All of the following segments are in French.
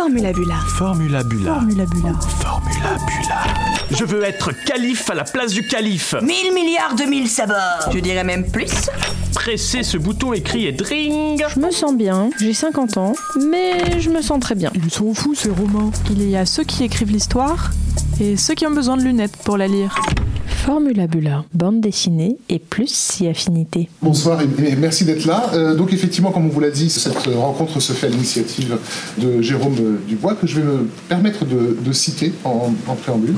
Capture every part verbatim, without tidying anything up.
Formulabula. Formulabula. Formulabula. Formulabula. Je veux être calife à la place du calife. Mille milliards de mille sabords. Je dirais même plus. Pressez ce bouton écrit et dring. Je me sens bien, j'ai cinquante ans, mais je me sens très bien. Ils sont fous ces romans. Il y a ceux qui écrivent l'histoire et ceux qui ont besoin de lunettes pour la lire. Formulabula, bande dessinée et plus si affinité. Bonsoir et merci d'être là. Euh, donc effectivement, comme on vous l'a dit, cette rencontre se fait à l'initiative de Jérôme Dubois, que je vais me permettre de, de citer en, en préambule.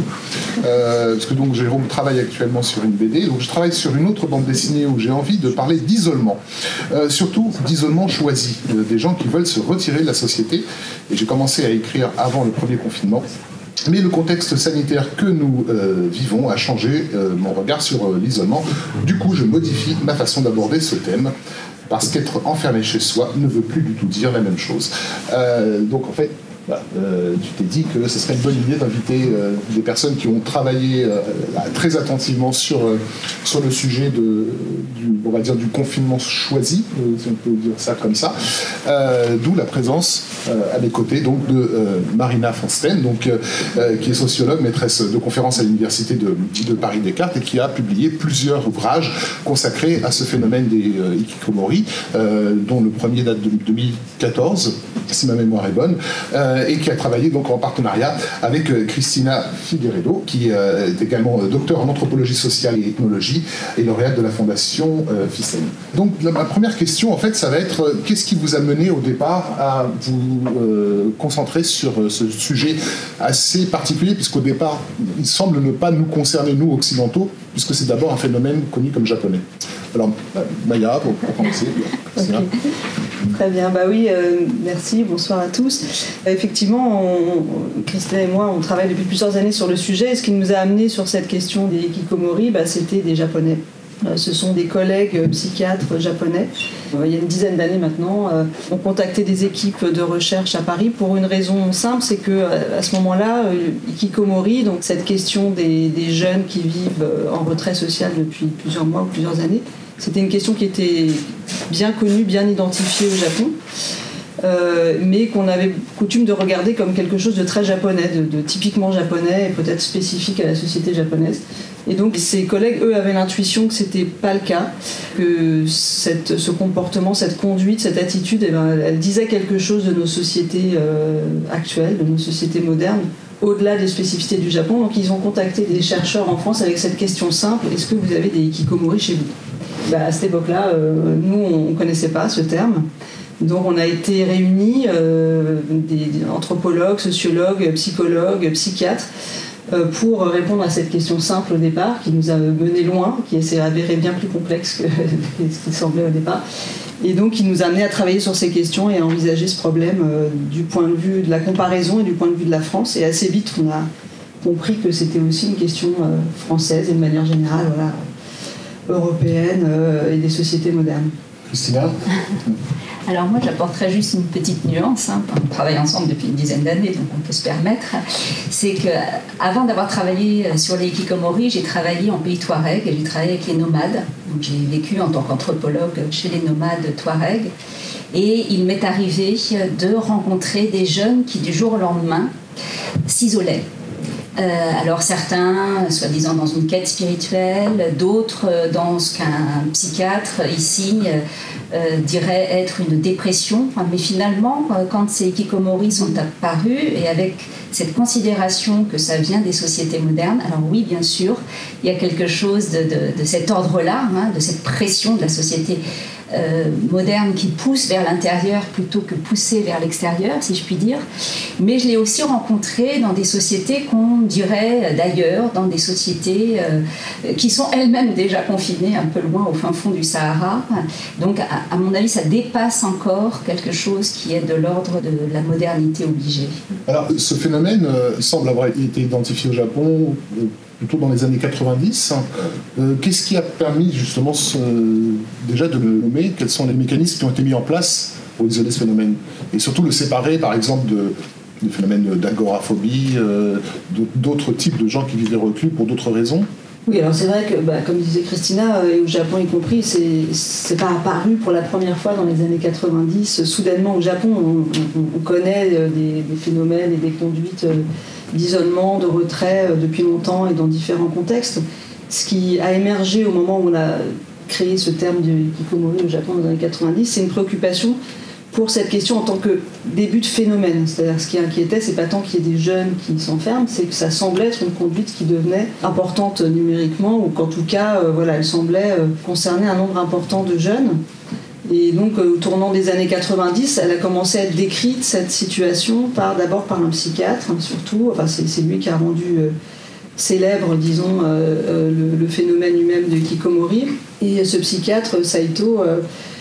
Euh, parce que donc Jérôme travaille actuellement sur une B D, donc je travaille sur une autre bande dessinée où j'ai envie de parler d'isolement. Euh, surtout d'isolement choisi, euh, des gens qui veulent se retirer de la société. Et j'ai commencé à écrire avant le premier confinement. Mais le contexte sanitaire que nous euh, vivons a changé euh, mon regard sur euh, l'isolement. Du coup, je modifie ma façon d'aborder ce thème, parce qu'être enfermé chez soi ne veut plus du tout dire la même chose. Euh, donc en fait, bah, euh, tu t'es dit que ce serait une bonne idée d'inviter euh, des personnes qui ont travaillé euh, très attentivement sur, euh, sur le sujet de, du, on va dire, du confinement choisi, euh, si on peut dire ça comme ça, euh, d'où la présence euh, à mes côtés donc, de euh, Marina Fansten, donc, euh, qui est sociologue, maîtresse de conférences à l'université de, de Paris-Descartes et qui a publié plusieurs ouvrages consacrés à ce phénomène des euh, hikikomori, euh, dont le premier date de deux mille quatorze, si ma mémoire est bonne, euh, et qui a travaillé donc en partenariat avec euh, Cristina Figueiredo, qui euh, est également euh, docteur en anthropologie sociale et ethnologie et lauréate de la fondation euh, FICEN. Donc la, ma première question, en fait, ça va être euh, qu'est-ce qui vous a mené au départ à vous euh, concentrer sur euh, ce sujet assez particulier, puisqu'au départ, il semble ne pas nous concerner, nous, occidentaux, puisque c'est d'abord un phénomène connu comme japonais. Alors, Maya, pour, pour commencer. Okay. Très bien, bah oui, euh, merci, bonsoir à tous. Effectivement, on, Christine et moi, on travaille depuis plusieurs années sur le sujet, et ce qui nous a amené sur cette question des hikikomori, bah, c'était des Japonais. Euh, ce sont des collègues psychiatres japonais. Euh, il y a une dizaine d'années maintenant, euh, ont contacté des équipes de recherche à Paris pour une raison simple, c'est que à ce moment-là, euh, hikikomori, donc cette question des, des jeunes qui vivent en retrait social depuis plusieurs mois ou plusieurs années, c'était une question qui était bien connue, bien identifiée au Japon, euh, mais qu'on avait coutume de regarder comme quelque chose de très japonais, de, de typiquement japonais et peut-être spécifique à la société japonaise. Et donc ces collègues, eux, avaient l'intuition que c'était pas le cas, que cette, ce comportement, cette conduite, cette attitude, eh ben, elle disait quelque chose de nos sociétés euh, actuelles, de nos sociétés modernes, au-delà des spécificités du Japon. Donc ils ont contacté des chercheurs en France avec cette question simple: est-ce que vous avez des hikikomori chez vous? Bah, à cette époque-là, euh, nous, on ne connaissait pas ce terme. Donc on a été réunis, euh, des, des anthropologues, sociologues, psychologues, psychiatres, euh, pour répondre à cette question simple au départ, qui nous a mené loin, qui s'est avérée bien plus complexe que ce qui semblait au départ. Et donc qui nous a amené à travailler sur ces questions et à envisager ce problème euh, du point de vue de la comparaison et du point de vue de la France. Et assez vite, on a compris que c'était aussi une question euh, française et de manière générale, voilà, européenne euh, et des sociétés modernes. Christina ? Alors moi, j'apporterais juste une petite nuance. Hein. On travaille ensemble depuis une dizaine d'années, donc on peut se permettre. C'est qu'avant d'avoir travaillé sur les hikikomori, j'ai travaillé en pays touareg et j'ai travaillé avec les nomades. Donc j'ai vécu en tant qu'anthropologue chez les nomades touareg. Et il m'est arrivé de rencontrer des jeunes qui, du jour au lendemain, s'isolaient. Euh, alors certains, soi-disant dans une quête spirituelle, d'autres dans ce qu'un psychiatre ici euh, dirait être une dépression. Enfin, mais finalement, quand ces hikikomori sont apparus, et avec cette considération que ça vient des sociétés modernes, alors oui, bien sûr, il y a quelque chose de, de, de cet ordre-là, hein, de cette pression de la société Euh, moderne qui pousse vers l'intérieur plutôt que pousser vers l'extérieur, si je puis dire. Mais je l'ai aussi rencontré dans des sociétés qu'on dirait d'ailleurs, dans des sociétés euh, qui sont elles-mêmes déjà confinées un peu loin au fin fond du Sahara. Donc, à, à mon avis, ça dépasse encore quelque chose qui est de l'ordre de la modernité obligée. Alors, ce phénomène euh, semble avoir été identifié au Japon euh, plutôt dans les années quatre-vingt-dix. Euh, qu'est-ce qui a permis justement ce, déjà de le nommer? Quels sont les mécanismes qui ont été mis en place pour isoler ce phénomène? Et surtout le séparer par exemple de, du phénomène d'agoraphobie, euh, d'autres types de gens qui vivaient reclus pour d'autres raisons? Oui, alors c'est vrai que, bah, comme disait Christina, et au Japon y compris, c'est, c'est pas apparu pour la première fois dans les années quatre-vingt-dix. Soudainement, au Japon, on, on, on connaît des, des phénomènes et des conduites d'isolement, de retrait depuis longtemps et dans différents contextes. Ce qui a émergé au moment où on a créé ce terme de hikikomori au Japon dans les années quatre-vingt-dix, c'est une préoccupation pour cette question en tant que début de phénomène. C'est-à-dire ce qui inquiétait, c'est pas tant qu'il y ait des jeunes qui s'enferment, c'est que ça semblait être une conduite qui devenait importante numériquement, ou qu'en tout cas, euh, voilà, elle semblait euh, concerner un nombre important de jeunes. Et donc, euh, au tournant des années quatre-vingt-dix, elle a commencé à être décrite, cette situation, par, d'abord par un psychiatre, hein, surtout. Enfin, c'est, c'est lui qui a rendu euh, célèbre, disons, euh, euh, le, le phénomène lui-même de hikikomori. Et ce psychiatre, Saito, euh,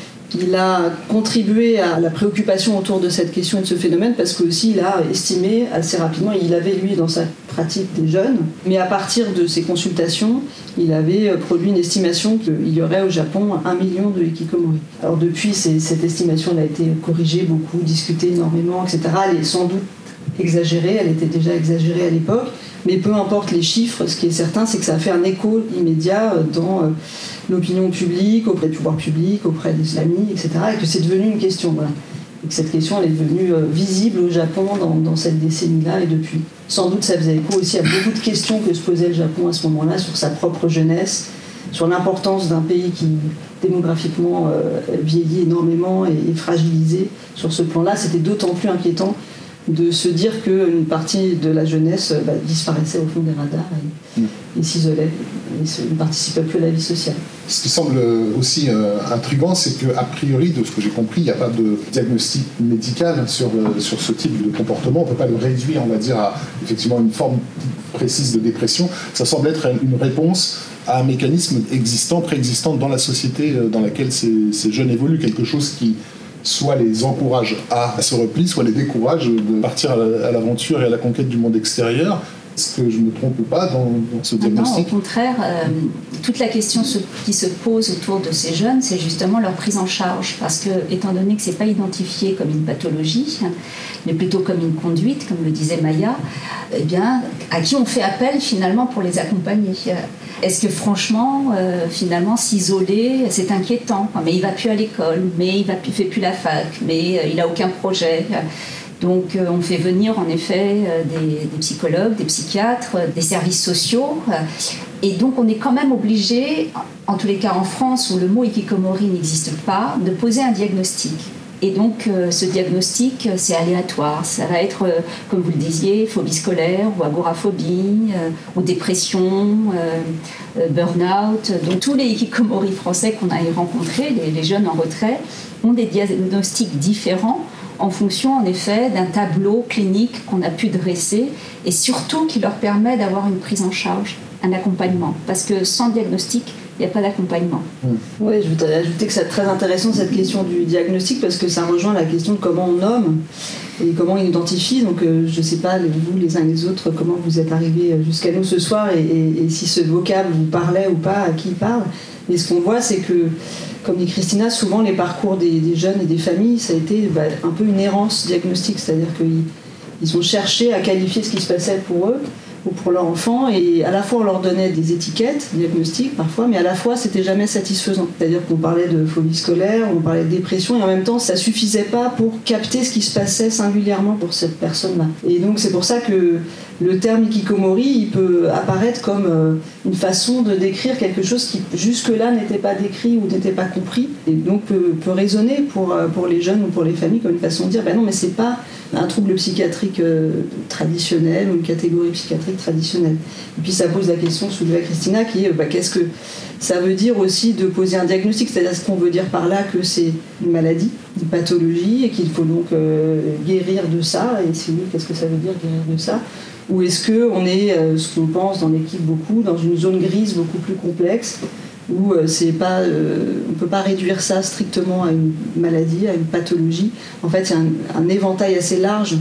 il a contribué à la préoccupation autour de cette question et de ce phénomène parce qu'aussi il a estimé assez rapidement, il avait lui dans sa pratique des jeunes, mais à partir de ses consultations, il avait produit une estimation qu'il y aurait au Japon un million de hikikomori. Alors depuis, cette estimation elle a été corrigée beaucoup, discutée énormément, et cetera. Elle est sans doute exagérée, elle était déjà exagérée à l'époque, mais peu importe les chiffres, ce qui est certain, c'est que ça a fait un écho immédiat dans l'opinion publique, auprès du pouvoir public, auprès des amis, et cetera, et que c'est devenu une question. Voilà. Et que cette question, elle est devenue visible au Japon dans, dans cette décennie-là et depuis. Sans doute, ça faisait écho aussi à beaucoup de questions que se posait le Japon à ce moment-là sur sa propre jeunesse, sur l'importance d'un pays qui, démographiquement, euh, vieillit énormément et est fragilisé sur ce plan-là. C'était d'autant plus inquiétant de se dire qu'une partie de la jeunesse bah, disparaissait au fond des radars et, mmh. et s'isolait et ne participait plus à la vie sociale. Ce qui semble aussi euh, intriguant, c'est qu'a priori, de ce que j'ai compris, il n'y a pas de diagnostic médical sur, euh, sur ce type de comportement. On ne peut pas le réduire, on va dire, à effectivement une forme précise de dépression. Ça semble être une réponse à un mécanisme existant, préexistant dans la société dans laquelle ces, ces jeunes évoluent, quelque chose qui soit les encourage à, à ce repli, soit les décourage de partir à l'aventure et à la conquête du monde extérieur. Est-ce que je me trompe ou pas dans, dans ce diagnostic ? Non, au contraire, euh, toute la question se, qui se pose autour de ces jeunes, c'est justement leur prise en charge. Parce que, étant donné que ce n'est pas identifié comme une pathologie, mais plutôt comme une conduite, comme le disait Maya, eh bien, à qui on fait appel finalement pour les accompagner ? Est-ce que franchement, euh, finalement, s'isoler, c'est inquiétant ? Mais il ne va plus à l'école, mais il ne fait plus la fac, mais euh, il n'a aucun projet. Donc euh, on fait venir en effet euh, des, des psychologues, des psychiatres, euh, des services sociaux. Euh, et donc on est quand même obligé, en tous les cas en France où le mot hikikomori n'existe pas, de poser un diagnostic. Et donc euh, ce diagnostic, c'est aléatoire. Ça va être, euh, comme vous le disiez, phobie scolaire ou agoraphobie, euh, ou dépression, euh, euh, burn-out. Donc tous les hikikomori français qu'on a rencontrés, les, les jeunes en retrait, ont des diagnostics différents en fonction, en effet, d'un tableau clinique qu'on a pu dresser et surtout qui leur permet d'avoir une prise en charge, un accompagnement. Parce que sans diagnostic, il n'y a pas d'accompagnement. Mmh. Oui, je voudrais ajouter que c'est très intéressant cette question du diagnostic parce que ça rejoint la question de comment on nomme et comment on identifie. Donc, euh, je ne sais pas, vous, les uns les autres, comment vous êtes arrivés jusqu'à nous ce soir et, et, et si ce vocable vous parlait ou pas, à qui il parle. Mais ce qu'on voit, c'est que, comme dit Christina, souvent les parcours des, des jeunes et des familles, ça a été bah, un peu une errance diagnostique, c'est-à-dire qu'ils ils ont cherché à qualifier ce qui se passait pour eux ou pour leur enfant, et à la fois on leur donnait des étiquettes diagnostiques parfois, mais à la fois c'était jamais satisfaisant. C'est-à-dire qu'on parlait de phobie scolaire, on parlait de dépression, et en même temps ça suffisait pas pour capter ce qui se passait singulièrement pour cette personne-là. Et donc c'est pour ça que le terme hikikomori, il peut apparaître comme euh, une façon de décrire quelque chose qui jusque-là n'était pas décrit ou n'était pas compris, et donc peut, peut résonner pour, pour les jeunes ou pour les familles comme une façon de dire ben non mais c'est pas un trouble psychiatrique euh, traditionnel ou une catégorie psychiatrique traditionnelle. Et puis ça pose la question soulevée à Christina qui est bah, qu'est-ce que ça veut dire aussi de poser un diagnostic, c'est-à-dire ce qu'on veut dire par là que c'est une maladie, une pathologie et qu'il faut donc euh, guérir de ça, et si oui, qu'est-ce que ça veut dire guérir de ça ? Ou est-ce qu'on est, euh, ce qu'on pense dans l'équipe beaucoup, dans une zone grise beaucoup plus complexe où euh, c'est pas, euh, on ne peut pas réduire ça strictement à une maladie, à une pathologie. En fait, il y a un, un éventail assez large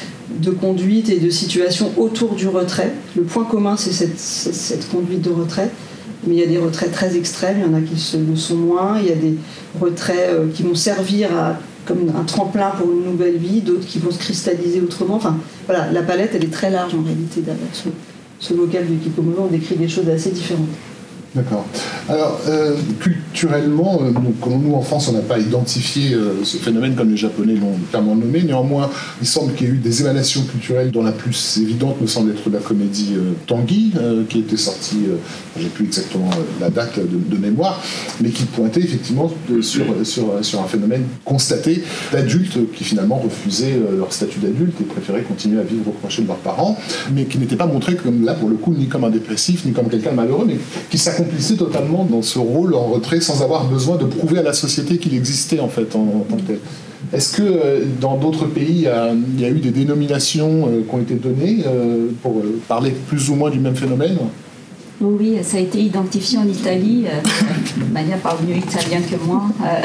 de conduites et de situations autour du retrait. Le point commun, c'est cette, cette, cette conduite de retrait. Mais il y a des retraits très extrêmes, il y en a qui le sont moins. Il y a des retraits euh, qui vont servir à, comme un tremplin pour une nouvelle vie, d'autres qui vont se cristalliser autrement. Enfin, voilà, la palette, elle est très large en réalité derrière ce, ce vocable de hikikomori, on décrit des choses assez différentes. D'accord. Alors, euh, culturellement, euh, donc, comme nous en France, on n'a pas identifié euh, ce phénomène comme les Japonais l'ont clairement nommé. Néanmoins, il semble qu'il y ait eu des émanations culturelles dont la plus évidente me semble être la comédie euh, Tanguy, euh, qui était sortie, euh, j'ai plus exactement euh, la date de, de mémoire, mais qui pointait effectivement de, sur, sur, sur un phénomène constaté d'adultes qui finalement refusaient euh, leur statut d'adulte et préféraient continuer à vivre au crochet de leurs parents, mais qui n'étaient pas montrés comme là, pour le coup, ni comme un dépressif, ni comme quelqu'un de malheureux, mais qui s'accomplissait totalement dans ce rôle en retrait sans avoir besoin de prouver à la société qu'il existait en fait en, en tant que tel. Est-ce que euh, dans d'autres pays, euh, il y a eu des dénominations euh, qui ont été données euh, pour euh, parler plus ou moins du même phénomène ? Oui, ça a été identifié en Italie. Euh, Mania parle mieux italien que moi. Euh,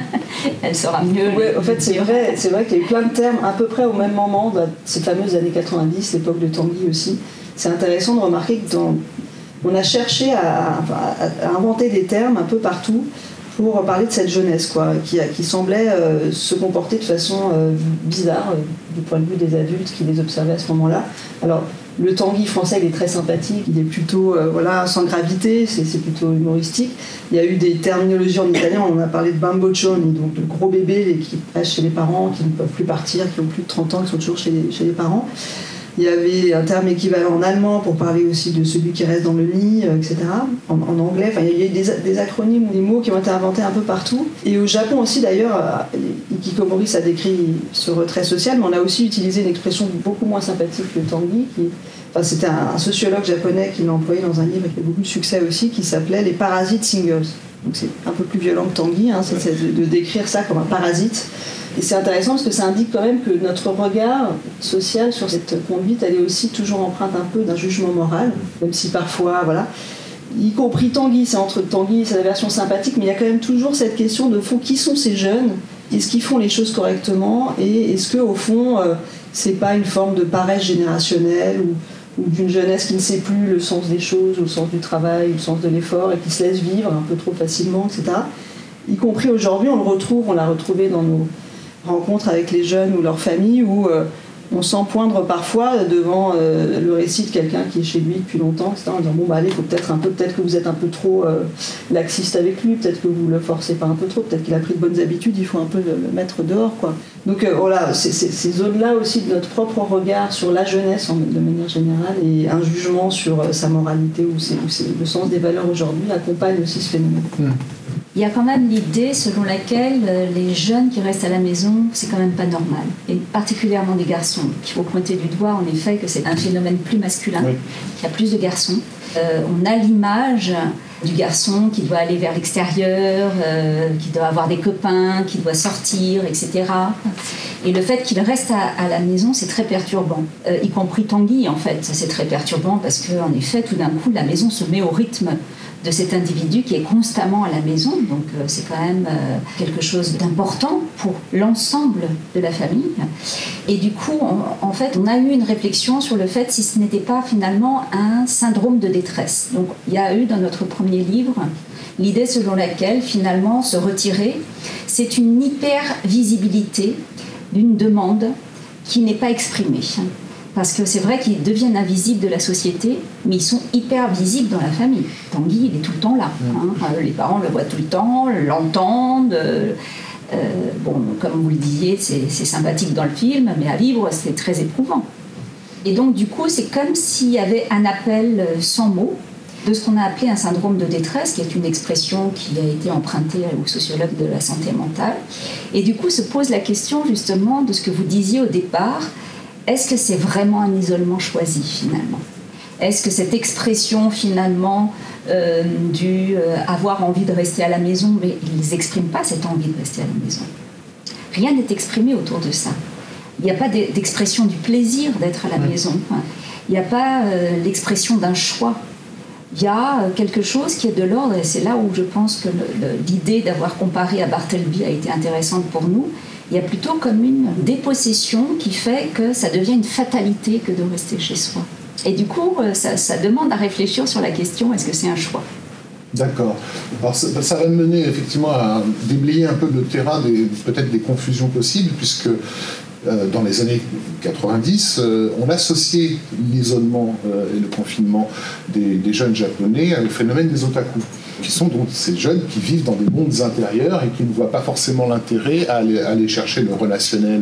elle saura mieux. Oui, en fait, c'est vrai, c'est vrai qu'il y a eu plein de termes à peu près au même moment, dans ces fameuses années quatre-vingt-dix, l'époque de Tanguy aussi. C'est intéressant de remarquer que dans on a cherché à, à, à inventer des termes un peu partout pour parler de cette jeunesse, quoi, qui, qui semblait euh, se comporter de façon euh, bizarre euh, du point de vue des adultes qui les observaient à ce moment-là. Alors, le Tanguy français, il est très sympathique, il est plutôt euh, voilà, sans gravité, c'est, c'est plutôt humoristique. Il y a eu des terminologies en italien, on a parlé de bamboccioni, donc de gros bébés qui restent chez les parents, qui ne peuvent plus partir, qui ont plus de trente ans, qui sont toujours chez les, chez les parents. Il y avait un terme équivalent en allemand pour parler aussi de celui qui reste dans le lit, et cetera. En, en anglais, enfin, il y a eu des, des acronymes ou des mots qui ont été inventés un peu partout. Et au Japon aussi, d'ailleurs, hikikomori, ça décrit ce retrait social, mais on a aussi utilisé une expression beaucoup moins sympathique que Tanguy. Qui, enfin, c'était un, un sociologue japonais qui l'a employé dans un livre qui a beaucoup de succès aussi, qui s'appelait les parasites singles. Donc c'est un peu plus violent que Tanguy, hein, c'est, c'est de, de décrire ça comme un parasite. Et c'est intéressant parce que ça indique quand même que notre regard social sur cette conduite, elle est aussi toujours empreinte un peu d'un jugement moral, même si parfois, voilà, y compris Tanguy, c'est entre Tanguy, c'est la version sympathique, mais il y a quand même toujours cette question de fond, qui sont ces jeunes ? Est-ce qu'ils font les choses correctement ? Et est-ce qu'au fond, euh, c'est pas une forme de paresse générationnelle ou, ou d'une jeunesse qui ne sait plus le sens des choses, ou le sens du travail, ou le sens de l'effort, et qui se laisse vivre un peu trop facilement, et cetera. Y compris aujourd'hui, on le retrouve, on l'a retrouvé dans nos rencontres avec les jeunes ou leurs familles où euh, on sent poindre parfois devant euh, le récit de quelqu'un qui est chez lui depuis longtemps, et cetera, en disant bon bah allez, faut peut-être un peu, peut-être que vous êtes un peu trop euh, laxiste avec lui, peut-être que vous le forcez pas un peu trop, peut-être qu'il a pris de bonnes habitudes, il faut un peu le, le mettre dehors, quoi. Donc euh, voilà, c'est, c'est, ces zones-là aussi de notre propre regard sur la jeunesse en, de manière générale et un jugement sur euh, sa moralité ou, c'est, ou c'est, le sens des valeurs aujourd'hui accompagne aussi ce phénomène. Mmh. Il y a quand même l'idée selon laquelle les jeunes qui restent à la maison, c'est quand même pas normal. Et particulièrement des garçons. Il faut pointer du doigt, en effet, que c'est un phénomène plus masculin, oui. Qu'il y a plus de garçons. Euh, on a l'image du garçon qui doit aller vers l'extérieur, euh, qui doit avoir des copains, qui doit sortir, et cetera. Et le fait qu'il reste à, à la maison, c'est très perturbant. Euh, y compris Tanguy, en fait. C'est très perturbant parce qu'en effet, tout d'un coup, la maison se met au rythme de cet individu qui est constamment à la maison. Donc euh, c'est quand même euh, quelque chose d'important pour l'ensemble de la famille. Et du coup, on, en fait, on a eu une réflexion sur le fait si ce n'était pas finalement un syndrome de détresse. Donc il y a eu dans notre premier livre l'idée selon laquelle finalement se retirer, c'est une hyper-visibilité d'une demande qui n'est pas exprimée. Parce que c'est vrai qu'ils deviennent invisibles de la société, mais ils sont hyper visibles dans la famille. Tanguy, il est tout le temps là. Hein. Les parents le voient tout le temps, l'entendent. Euh, bon, comme vous le disiez, c'est, c'est sympathique dans le film, mais à vivre, c'est très éprouvant. Et donc, du coup, c'est comme s'il y avait un appel sans mots de ce qu'on a appelé un syndrome de détresse, qui est une expression qui a été empruntée aux sociologues de la santé mentale. Et du coup, se pose la question, justement, de ce que vous disiez au départ. Est-ce que c'est vraiment un isolement choisi, finalement ? Est-ce que cette expression, finalement, euh, du euh, avoir envie de rester à la maison, mais ils n'expriment pas cette envie de rester à la maison. Rien n'est exprimé autour de ça. Il n'y a pas d'expression du plaisir d'être à la ouais. maison. Il n'y a pas euh, l'expression d'un choix. Il y a quelque chose qui est de l'ordre, et c'est là où je pense que le, le, l'idée d'avoir comparé à Bartleby a été intéressante pour nous. Il y a plutôt comme une dépossession qui fait que ça devient une fatalité que de rester chez soi. Et du coup, ça, ça demande à réfléchir sur la question, est-ce que c'est un choix ? D'accord. Alors ça, ça va mener effectivement à déblayer un peu le terrain des, peut-être des confusions possibles, puisque euh, dans les années quatre-vingt-dix, euh, on associait l'isolement euh, et le confinement des, des jeunes japonais au phénomène des otaku, qui sont donc ces jeunes qui vivent dans des mondes intérieurs et qui ne voient pas forcément l'intérêt à aller, à aller chercher le relationnel,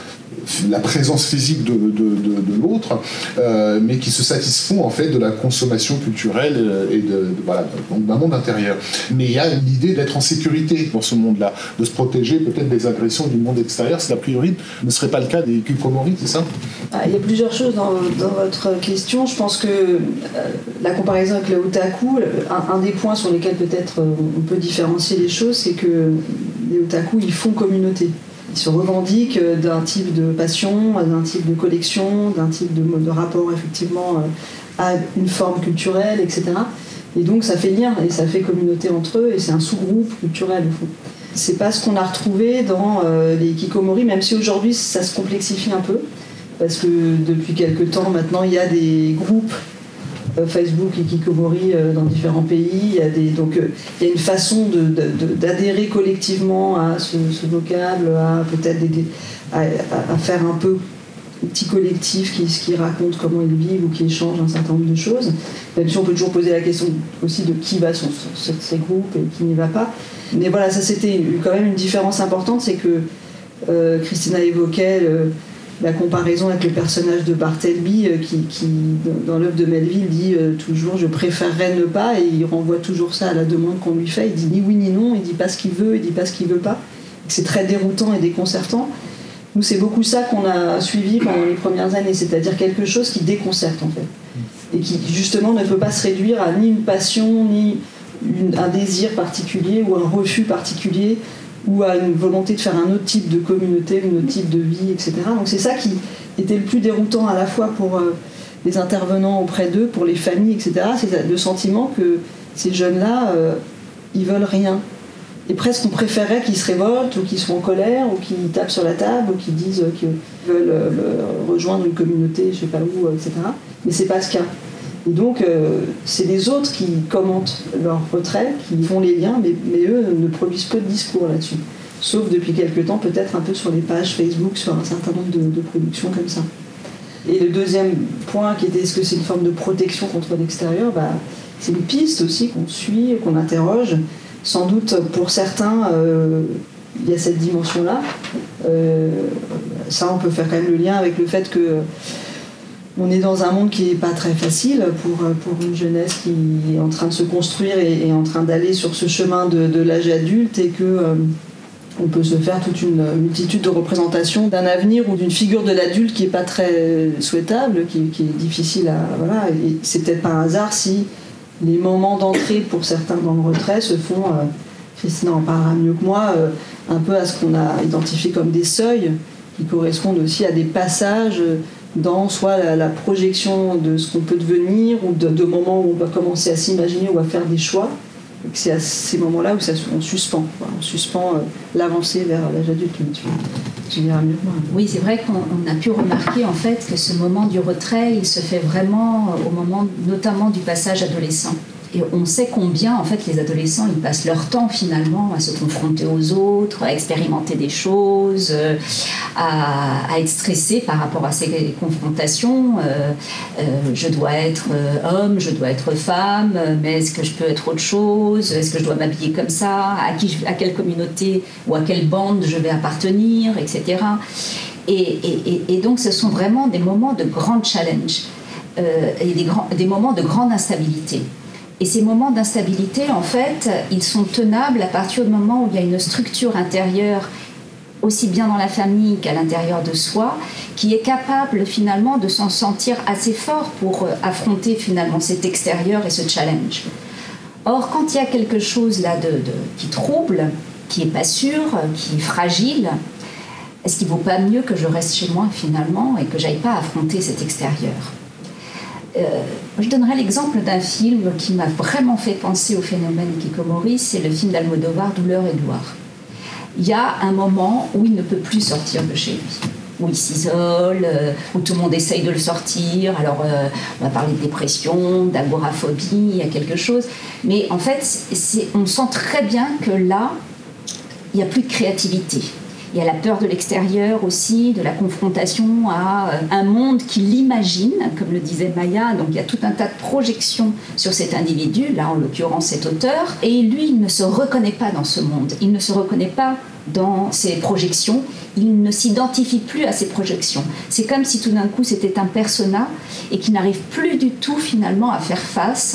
la présence physique de, de, de, de l'autre, euh, mais qui se satisfont en fait de la consommation culturelle et de, de, voilà, donc d'un monde intérieur. Mais il y a l'idée d'être en sécurité dans ce monde-là, de se protéger peut-être des agressions du monde extérieur, ce qui a priori ne serait pas le cas des hikikomori, c'est ça ? Ah, il y a plusieurs choses dans, dans votre question. Je pense que euh, la comparaison avec le otaku, un, un des points sur lesquels peut-être on peut différencier les choses, c'est que les otaku, ils font communauté. Ils se revendiquent d'un type de passion, d'un type de collection, d'un type de, de rapport effectivement à une forme culturelle, et cetera. Et donc ça fait lien et ça fait communauté entre eux et c'est un sous-groupe culturel au fond. C'est pas ce qu'on a retrouvé dans euh, les hikikomori, même si aujourd'hui ça se complexifie un peu, parce que depuis quelques temps maintenant il y a des groupes Facebook et hikikomori dans différents pays. Il y a, des, donc, il y a une façon de, de, de, d'adhérer collectivement à ce, ce vocable, à peut-être des, à, à faire un peu un petit collectif qui, qui raconte comment ils vivent ou qui échange un certain nombre de choses. Même si on peut toujours poser la question aussi de qui va sur, sur ces groupes et qui n'y va pas. Mais voilà, ça c'était quand même une différence importante, c'est que euh, Christina évoquait le, la comparaison avec le personnage de Bartleby euh, qui, qui, dans l'œuvre de Melville, dit euh, toujours « je préférerais ne pas » et il renvoie toujours ça à la demande qu'on lui fait. Il dit ni oui ni non, il dit pas ce qu'il veut, il dit pas ce qu'il veut pas. C'est très déroutant et déconcertant. Nous, c'est beaucoup ça qu'on a suivi pendant les premières années, c'est-à-dire quelque chose qui déconcerte en fait. Et qui justement ne peut pas se réduire à ni une passion, ni une, un désir particulier ou un refus particulier, ou à une volonté de faire un autre type de communauté, un autre type de vie, et cetera. Donc c'est ça qui était le plus déroutant à la fois pour euh, les intervenants auprès d'eux, pour les familles, et cetera. C'est le sentiment que ces jeunes-là, euh, ils veulent rien. Et presque on préférait qu'ils se révoltent, ou qu'ils soient en colère, ou qu'ils tapent sur la table, ou qu'ils disent euh, qu'ils veulent euh, rejoindre une communauté, je sais pas où, euh, et cetera. Mais c'est pas ce cas. Et donc, euh, c'est les autres qui commentent leur retrait, qui font les liens, mais, mais eux ne produisent peu de discours là-dessus. Sauf depuis quelques temps, peut-être un peu sur les pages Facebook, sur un certain nombre de, de productions comme ça. Et le deuxième point, qui était est-ce que c'est une forme de protection contre l'extérieur, bah, c'est une piste aussi qu'on suit, qu'on interroge. Sans doute, pour certains, euh, il y a cette dimension-là. Euh, ça, on peut faire quand même le lien avec le fait que on est dans un monde qui n'est pas très facile pour, pour une jeunesse qui est en train de se construire et, et en train d'aller sur ce chemin de, de l'âge adulte et que euh, on peut se faire toute une multitude de représentations d'un avenir ou d'une figure de l'adulte qui n'est pas très souhaitable, qui, qui est difficile à... Voilà, et c'est peut-être pas un hasard si les moments d'entrée pour certains dans le retrait se font, euh, Christina en parlera mieux que moi, euh, un peu à ce qu'on a identifié comme des seuils qui correspondent aussi à des passages dans soit la, la projection de ce qu'on peut devenir ou de, de moments où on va commencer à s'imaginer ou à faire des choix. Et c'est à ces moments-là où ça, on suspend, quoi. On suspend euh, l'avancée vers l'âge adulte. Tu, tu diras mieux que moi. Oui, c'est vrai qu'on on a pu remarquer en fait que ce moment du retrait, il se fait vraiment au moment notamment du passage adolescent. Et on sait combien, en fait, les adolescents, ils passent leur temps, finalement, à se confronter aux autres, à expérimenter des choses, à, à être stressés par rapport à ces confrontations. Euh, euh, je dois être homme, je dois être femme, mais est-ce que je peux être autre chose ? Est-ce que je dois m'habiller comme ça ? À, qui, à quelle communauté ou à quelle bande je vais appartenir, et cetera. Et, et, et donc, ce sont vraiment des moments de grand challenge euh, et des, grands, des moments de grande instabilité. Et ces moments d'instabilité, en fait, ils sont tenables à partir du moment où il y a une structure intérieure, aussi bien dans la famille qu'à l'intérieur de soi, qui est capable finalement de s'en sentir assez fort pour affronter finalement cet extérieur et ce challenge. Or, quand il y a quelque chose là de, de, qui trouble, qui n'est pas sûr, qui est fragile, est-ce qu'il ne vaut pas mieux que je reste chez moi finalement et que je n'aille pas affronter cet extérieur ? Euh, je donnerai l'exemple d'un film qui m'a vraiment fait penser au phénomène hikikomori, c'est le film d'Almodovar, Douleur et gloire. Il y a un moment où il ne peut plus sortir de chez lui, où il s'isole, euh, où tout le monde essaye de le sortir. Alors, euh, on va parler de dépression, d'agoraphobie, il y a quelque chose. Mais en fait, c'est, on sent très bien que là, il n'y a plus de créativité. Il y a la peur de l'extérieur aussi, de la confrontation à un monde qu'il imagine, comme le disait Maya. Donc il y a tout un tas de projections sur cet individu, là en l'occurrence cet auteur, et lui il ne se reconnaît pas dans ce monde, il ne se reconnaît pas dans ses projections, il ne s'identifie plus à ses projections. C'est comme si tout d'un coup c'était un persona et qui n'arrive plus du tout finalement à faire face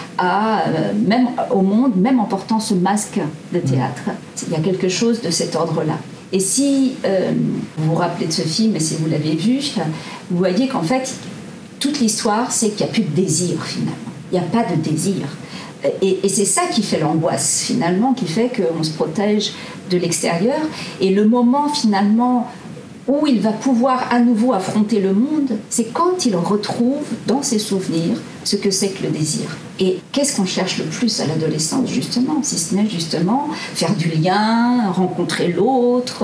à, euh, même au monde, même en portant ce masque de théâtre. Il y a quelque chose de cet ordre-là. Et si euh, vous vous rappelez de ce film, et si vous l'avez vu, vous voyez qu'en fait, toute l'histoire, c'est qu'il n'y a plus de désir finalement. Il n'y a pas de désir. Et, et c'est ça qui fait l'angoisse finalement, qui fait qu'on se protège de l'extérieur. Et le moment finalement où il va pouvoir à nouveau affronter le monde, c'est quand il retrouve dans ses souvenirs ce que c'est que le désir. Et qu'est-ce qu'on cherche le plus à l'adolescence justement, si ce n'est justement faire du lien, rencontrer l'autre,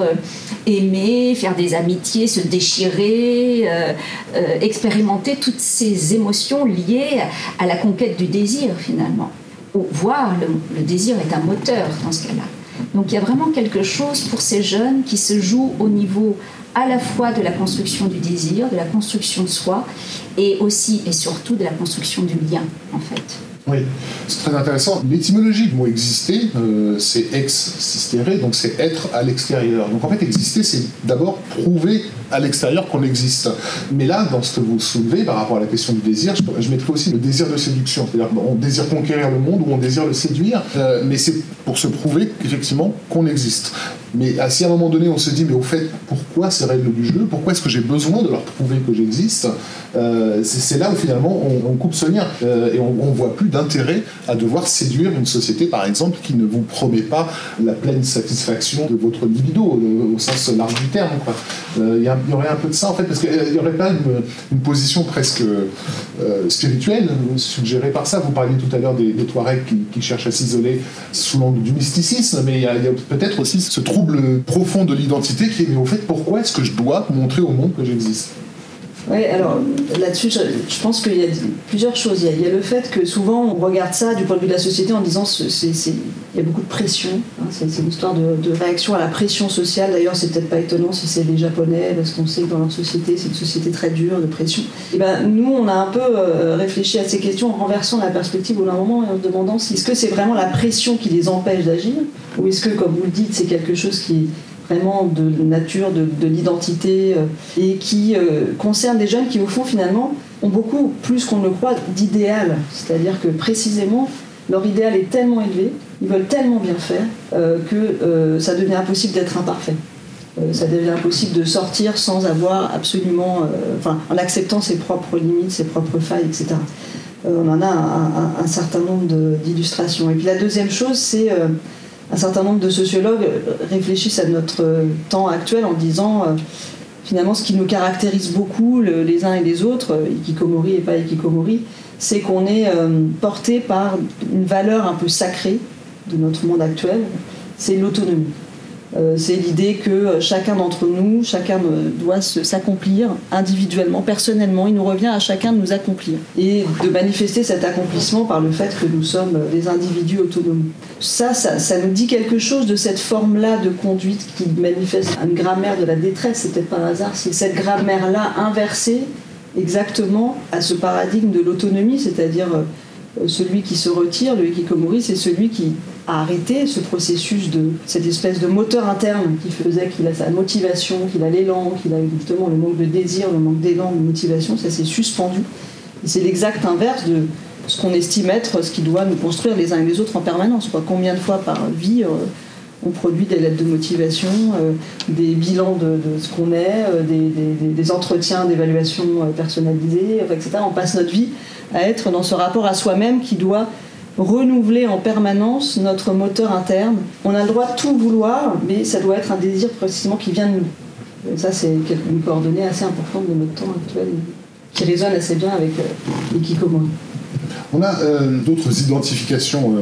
aimer, faire des amitiés, se déchirer, euh, euh, expérimenter toutes ces émotions liées à la conquête du désir finalement. Ou voir le, le désir est un moteur dans ce cas-là. Donc il y a vraiment quelque chose pour ces jeunes qui se joue au niveau à la fois de la construction du désir, de la construction de soi, et aussi et surtout de la construction du lien, en fait. Oui, c'est très intéressant. L'étymologie du mot exister, euh, c'est ex sistere, donc c'est être à l'extérieur. Donc en fait, exister, c'est d'abord prouver à l'extérieur qu'on existe. Mais là, dans ce que vous soulevez par rapport à la question du désir, je, je mettrais aussi le désir de séduction. C'est-à-dire qu'on désire conquérir le monde ou on désire le séduire, euh, mais c'est pour se prouver effectivement qu'on existe. Mais si à un moment donné on se dit mais au fait pourquoi ces règles du jeu, pourquoi est-ce que j'ai besoin de leur prouver que j'existe, euh, c'est, c'est là où finalement on, on coupe ce lien euh, et on, on voit plus d'intérêt à devoir séduire une société par exemple qui ne vous promet pas la pleine satisfaction de votre libido euh, au sens large du terme. Il euh, y, y aurait un peu de ça en fait parce qu'il n'y aurait pas une, une position presque euh, spirituelle suggérée par ça. Vous parliez tout à l'heure des, des Touaregs qui, qui cherchent à s'isoler sous l'angle du mysticisme, mais il y, y a peut-être aussi ce trouble profond de l'identité qui est mais au fait pourquoi est-ce que je dois montrer au monde que j'existe. Oui, alors là-dessus, je, je pense qu'il y a plusieurs choses. Il y a, il y a le fait que souvent on regarde ça du point de vue de la société en disant c'est, c'est, c'est, il y a beaucoup de pression. Hein, c'est, c'est une histoire de, de réaction à la pression sociale. D'ailleurs, c'est peut-être pas étonnant si c'est les Japonais, parce qu'on sait que dans leur société, c'est une société très dure de pression. Et ben, nous, on a un peu euh, réfléchi à ces questions en renversant la perspective au d'un moment et en se demandant si est-ce que c'est vraiment la pression qui les empêche d'agir, ou est-ce que, comme vous le dites, c'est quelque chose qui vraiment de nature, de, de l'identité, euh, et qui euh, concerne des jeunes qui, au fond, finalement, ont beaucoup plus qu'on ne le croit d'idéal. C'est-à-dire que, précisément, leur idéal est tellement élevé, ils veulent tellement bien faire, euh, que euh, ça devient impossible d'être imparfait. Euh, ça devient impossible de sortir sans avoir absolument... Euh, enfin, en acceptant ses propres limites, ses propres failles, et cetera. Euh, on en a un, un, un certain nombre de, d'illustrations. Et puis la deuxième chose, c'est... Euh, un certain nombre de sociologues réfléchissent à notre temps actuel en disant euh, finalement ce qui nous caractérise beaucoup le, les uns et les autres, euh, hikikomori et pas hikikomori, c'est qu'on est euh, porté par une valeur un peu sacrée de notre monde actuel, c'est l'autonomie. Euh, c'est l'idée que chacun d'entre nous, chacun doit se, s'accomplir individuellement, personnellement. Il nous revient à chacun de nous accomplir et de manifester cet accomplissement par le fait que nous sommes des individus autonomes. Ça, ça, ça nous dit quelque chose de cette forme-là de conduite qui manifeste une grammaire de la détresse. C'est peut-être pas un hasard si cette grammaire-là inversée exactement à ce paradigme de l'autonomie, c'est-à-dire celui qui se retire, le hikikomori, c'est celui qui a arrêté ce processus de cette espèce de moteur interne qui faisait qu'il a sa motivation, qu'il a l'élan, qu'il a justement le manque de désir, le manque d'élan, de motivation, ça s'est suspendu. Et c'est l'exact inverse de ce qu'on estime être ce qui doit nous construire les uns et les autres en permanence. Quoi. Combien de fois par vie euh, on produit des lettres de motivation, euh, des bilans de, de ce qu'on est, euh, des, des, des entretiens d'évaluation euh, personnalisés, enfin, et cetera. On passe notre vie à être dans ce rapport à soi-même qui doit renouveler en permanence notre moteur interne. On a le droit de tout vouloir, mais ça doit être un désir précisément qui vient de nous. Et ça, c'est une coordonnée assez importante de notre temps actuel qui résonne assez bien avec euh, les hikikomori. On a euh, d'autres identifications euh,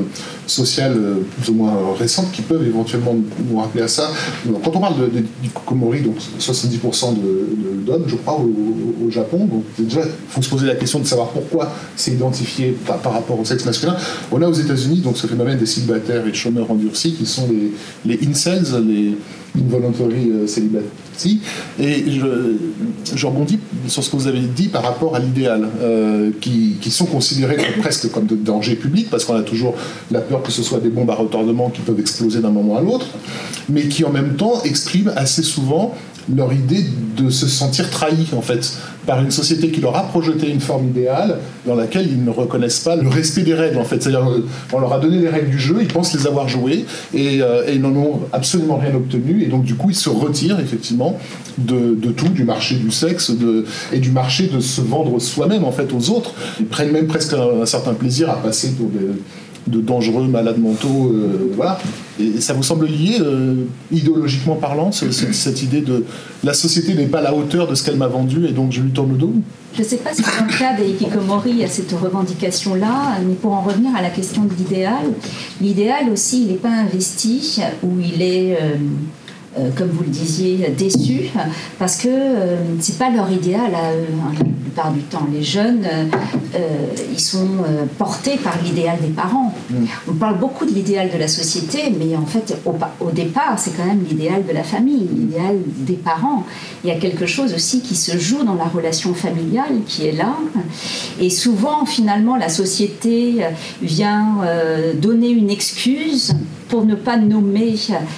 sociales plus ou moins récentes qui peuvent éventuellement nous rappeler à ça. Quand on parle de, de, du hikikomori, donc soixante-dix pour cent de, de, d'hommes, je crois, au, au Japon, donc déjà, il faut se poser la question de savoir pourquoi c'est identifié par, par rapport au sexe masculin. On a aux États-Unis donc ce phénomène des célibataires et de chômeurs endurcis qui sont les, les incels, les involuntary celibacy. Et je, je rebondis sur ce que vous avez dit par rapport à l'idéal, euh, qui, qui sont considérés comme, presque comme de danger public, parce qu'on a toujours la peur que ce soit des bombes à retardement qui peuvent exploser d'un moment à l'autre, mais qui en même temps expriment assez souvent leur idée de se sentir trahis, en fait, par une société qui leur a projeté une forme idéale dans laquelle ils ne reconnaissent pas le respect des règles, en fait. C'est-à-dire, on leur a donné les règles du jeu, ils pensent les avoir jouées, et, euh, et ils n'en ont absolument rien obtenu, et donc du coup, ils se retirent, effectivement, de, de tout, du marché du sexe, de, et du marché de se vendre soi-même, en fait, aux autres. Ils prennent même presque un, un certain plaisir à passer pour des... de dangereux malades mentaux, euh, voilà. Et ça vous semble lié, euh, idéologiquement parlant, ce, cette, cette idée de la société n'est pas à la hauteur de ce qu'elle m'a vendu et donc je lui tourne le dos? Je ne sais pas si dans le cas des hikikomori, il y a cette revendication-là, mais pour en revenir à la question de l'idéal, l'idéal aussi, il n'est pas investi, ou il est... Euh, Euh, comme vous le disiez, déçus, parce que euh, c'est pas leur idéal à eux, hein, la plupart du temps. Les jeunes, euh, euh, ils sont euh, portés par l'idéal des parents. Mmh. On parle beaucoup de l'idéal de la société, mais en fait, au, au départ, c'est quand même l'idéal de la famille, l'idéal des parents. Il y a quelque chose aussi qui se joue dans la relation familiale qui est là, et souvent, finalement, la société vient euh, donner une excuse pour ne pas nommer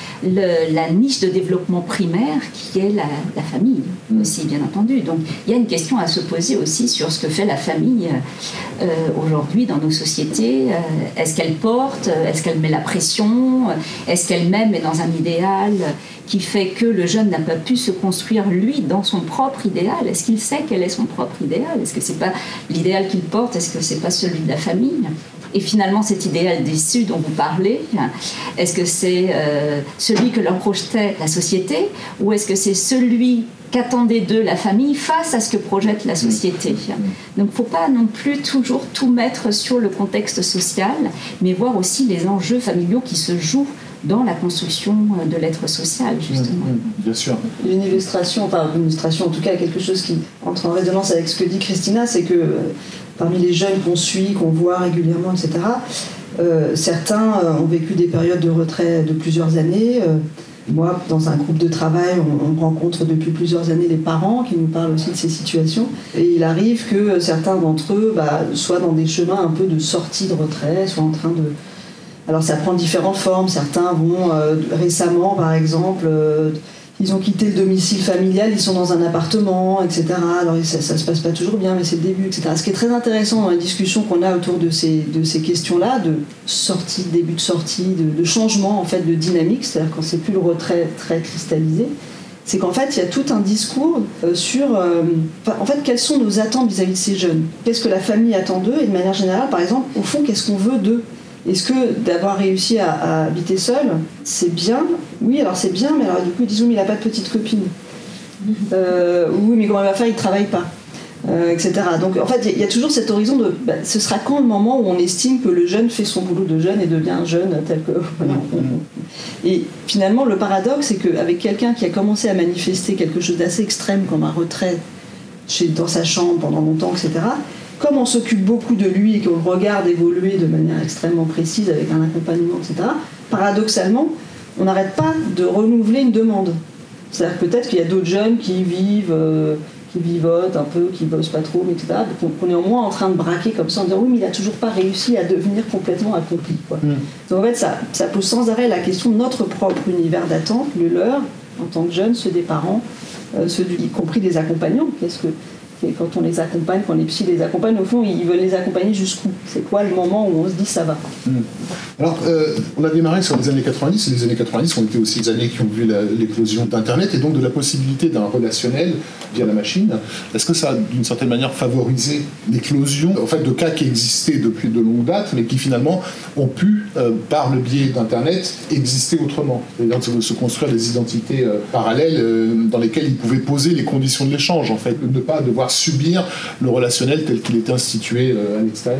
le, la niche de développement primaire qui est la, la famille aussi, bien entendu. Donc il y a une question à se poser aussi sur ce que fait la famille euh, aujourd'hui dans nos sociétés. Euh, est-ce qu'elle porte? Est-ce qu'elle met la pression? Est-ce qu'elle-même est dans un idéal qui fait que le jeune n'a pas pu se construire, lui, dans son propre idéal? Est-ce qu'il sait quel est son propre idéal? Est-ce que c'est pas l'idéal qu'il porte? Est-ce que c'est pas celui de la famille? Et finalement, cet idéal déçu dont vous parlez, est-ce que c'est euh, celui que leur projetait la société, ou est-ce que c'est celui qu'attendait d'eux la famille face à ce que projette la société? Donc il ne faut pas non plus toujours tout mettre sur le contexte social, mais voir aussi les enjeux familiaux qui se jouent dans la construction de l'être social, justement. Mmh, bien sûr. Une illustration, enfin une illustration en tout cas, quelque chose qui entre en résonance avec ce que dit Christina, c'est que euh, parmi les jeunes qu'on suit, qu'on voit régulièrement, et cetera, euh, certains euh, ont vécu des périodes de retrait de plusieurs années. Euh, moi, dans un groupe de travail, on, on rencontre depuis plusieurs années les parents qui nous parlent aussi de ces situations. Et il arrive que certains d'entre eux bah, soient dans des chemins un peu de sortie de retrait, soient en train de... Alors ça prend différentes formes. Certains vont euh, récemment, par exemple, euh, ils ont quitté le domicile familial, ils sont dans un appartement, et cetera. Alors ça, ça se passe pas toujours bien, mais c'est le début, et cetera. Ce qui est très intéressant dans les discussions qu'on a autour de ces, de ces questions-là, de sortie, début de sortie, de, de changement en fait de dynamique, c'est-à-dire quand c'est plus le retrait très cristallisé, c'est qu'en fait il y a tout un discours euh, sur, euh, en fait, quelles sont nos attentes vis-à-vis de ces jeunes. Qu'est-ce que la famille attend d'eux, et de manière générale, par exemple, au fond, qu'est-ce qu'on veut d'eux? Est-ce que d'avoir réussi à, à habiter seul, c'est bien? Oui, alors c'est bien, mais alors du coup, disons, mais il n'a pas de petite copine. Euh, oui, mais comment il va faire? Il ne travaille pas. Euh, et cetera. Donc, en fait, il y, y a toujours cet horizon de... Bah, ce sera quand le moment où on estime que le jeune fait son boulot de jeune et devient jeune tel que... Voilà, on... Et finalement, le paradoxe, c'est qu'avec quelqu'un qui a commencé à manifester quelque chose d'assez extrême, comme un retrait chez, dans sa chambre pendant longtemps, et cetera, comme on s'occupe beaucoup de lui et qu'on le regarde évoluer de manière extrêmement précise avec un accompagnement, et cetera, paradoxalement, on n'arrête pas de renouveler une demande. C'est-à-dire que peut-être qu'il y a d'autres jeunes qui vivent, euh, qui vivotent un peu, qui bossent pas trop, et cetera, qu'on est au moins en train de braquer comme ça en disant oui, mais il n'a toujours pas réussi à devenir complètement accompli, quoi. Mmh. Donc en fait, ça, ça pose sans arrêt la question de notre propre univers d'attente, le leur, en tant que jeunes, ceux des parents, euh, ceux du, y compris des accompagnants. Qu'est-ce que... Et quand on les accompagne, quand les psys les accompagnent, au fond, ils veulent les accompagner jusqu'où? C'est quoi le moment où on se dit ça va? Mmh. Alors, euh, on a démarré sur les années quatre-vingt-dix, et les années quatre-vingt-dix ont été aussi des années qui ont vu la, l'éclosion d'Internet et donc de la possibilité d'un relationnel via la machine. Est-ce que ça a, d'une certaine manière, favorisé l'éclosion en fait, de cas qui existaient depuis de longue date, mais qui finalement ont pu, euh, par le biais d'Internet, exister autrement? C'est-à-dire de se construire des identités euh, parallèles euh, dans lesquelles ils pouvaient poser les conditions de l'échange, en fait, ne pas devoir subir le relationnel tel qu'il était institué euh, à l'extérieur.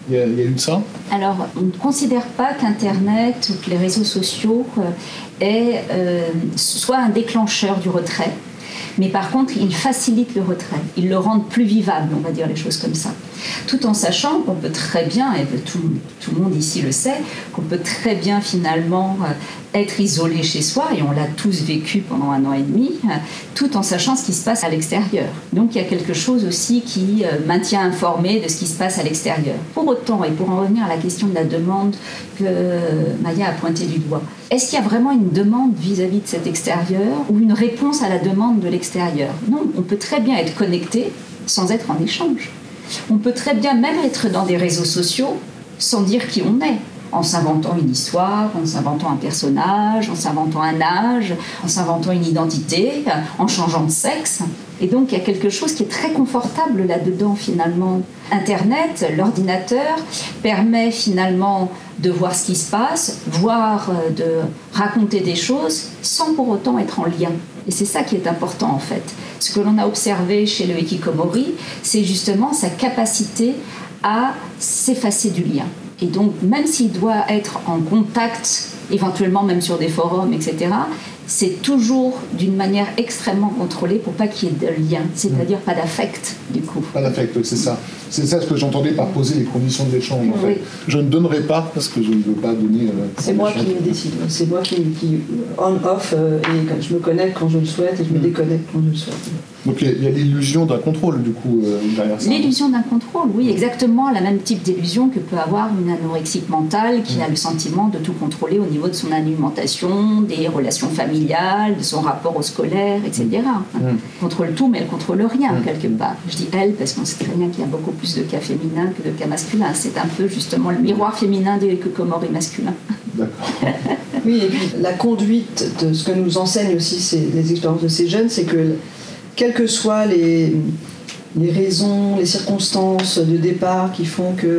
Il y a, il y a eu de ça? Alors, on ne considère pas qu'Internet ou que les réseaux sociaux euh, aient, euh, soient un déclencheur du retrait. Mais par contre, ils facilitent le retrait. Ils le rendent plus vivable, on va dire les choses comme ça. Tout en sachant qu'on peut très bien, et tout, tout le monde ici le sait, qu'on peut très bien finalement être isolé chez soi, et on l'a tous vécu pendant un an et demi, tout en sachant ce qui se passe à l'extérieur. Donc il y a quelque chose aussi qui maintient informé de ce qui se passe à l'extérieur. Pour autant, et pour en revenir à la question de la demande que Maya a pointée du doigt, est-ce qu'il y a vraiment une demande vis-à-vis de cet extérieur ou une réponse à la demande de l'extérieur? Non, on peut très bien être connecté sans être en échange. On peut très bien même être dans des réseaux sociaux sans dire qui on est, en s'inventant une histoire, en s'inventant un personnage, en s'inventant un âge, en s'inventant une identité, en changeant de sexe. Et donc, il y a quelque chose qui est très confortable là-dedans, finalement. Internet, l'ordinateur, permet finalement de voir ce qui se passe, voire de raconter des choses, sans pour autant être en lien. Et c'est ça qui est important, en fait. Ce que l'on a observé chez le hikikomori, c'est justement sa capacité à s'effacer du lien. Et donc, même s'il doit être en contact, éventuellement même sur des forums, et cetera, c'est toujours d'une manière extrêmement contrôlée pour pas qu'il y ait de lien, c'est-à-dire mmh. pas d'affect, du coup. Pas d'affect, c'est ça. C'est ça ce que j'entendais par poser les conditions de l'échange, en oui. fait. Je ne donnerai pas parce que je ne veux pas donner... Euh, c'est moi qui me décide. C'est moi qui, qui on-off, euh, et quand je me connecte quand je le souhaite et je me mmh. déconnecte quand je le souhaite. Donc il y a l'illusion d'un contrôle, du coup, euh, derrière ça. L'illusion d'un contrôle, oui, exactement la même type d'illusion que peut avoir une anorexique mentale qui mmh. a le sentiment de tout contrôler au niveau de son alimentation, des relations familiales, de son rapport au scolaire, et cetera. Mmh. Elle contrôle tout, mais elle contrôle rien, mmh. quelque part. Je dis elle parce qu'on sait très bien qu'il y a beaucoup plus de cas féminins que de cas masculins. C'est un peu justement le miroir féminin des hikikomori masculins. D'accord. Oui, et puis la conduite de ce que nous enseignent aussi ces, les expériences de ces jeunes, c'est que quelles que soient les, les raisons, les circonstances de départ qui font qu'on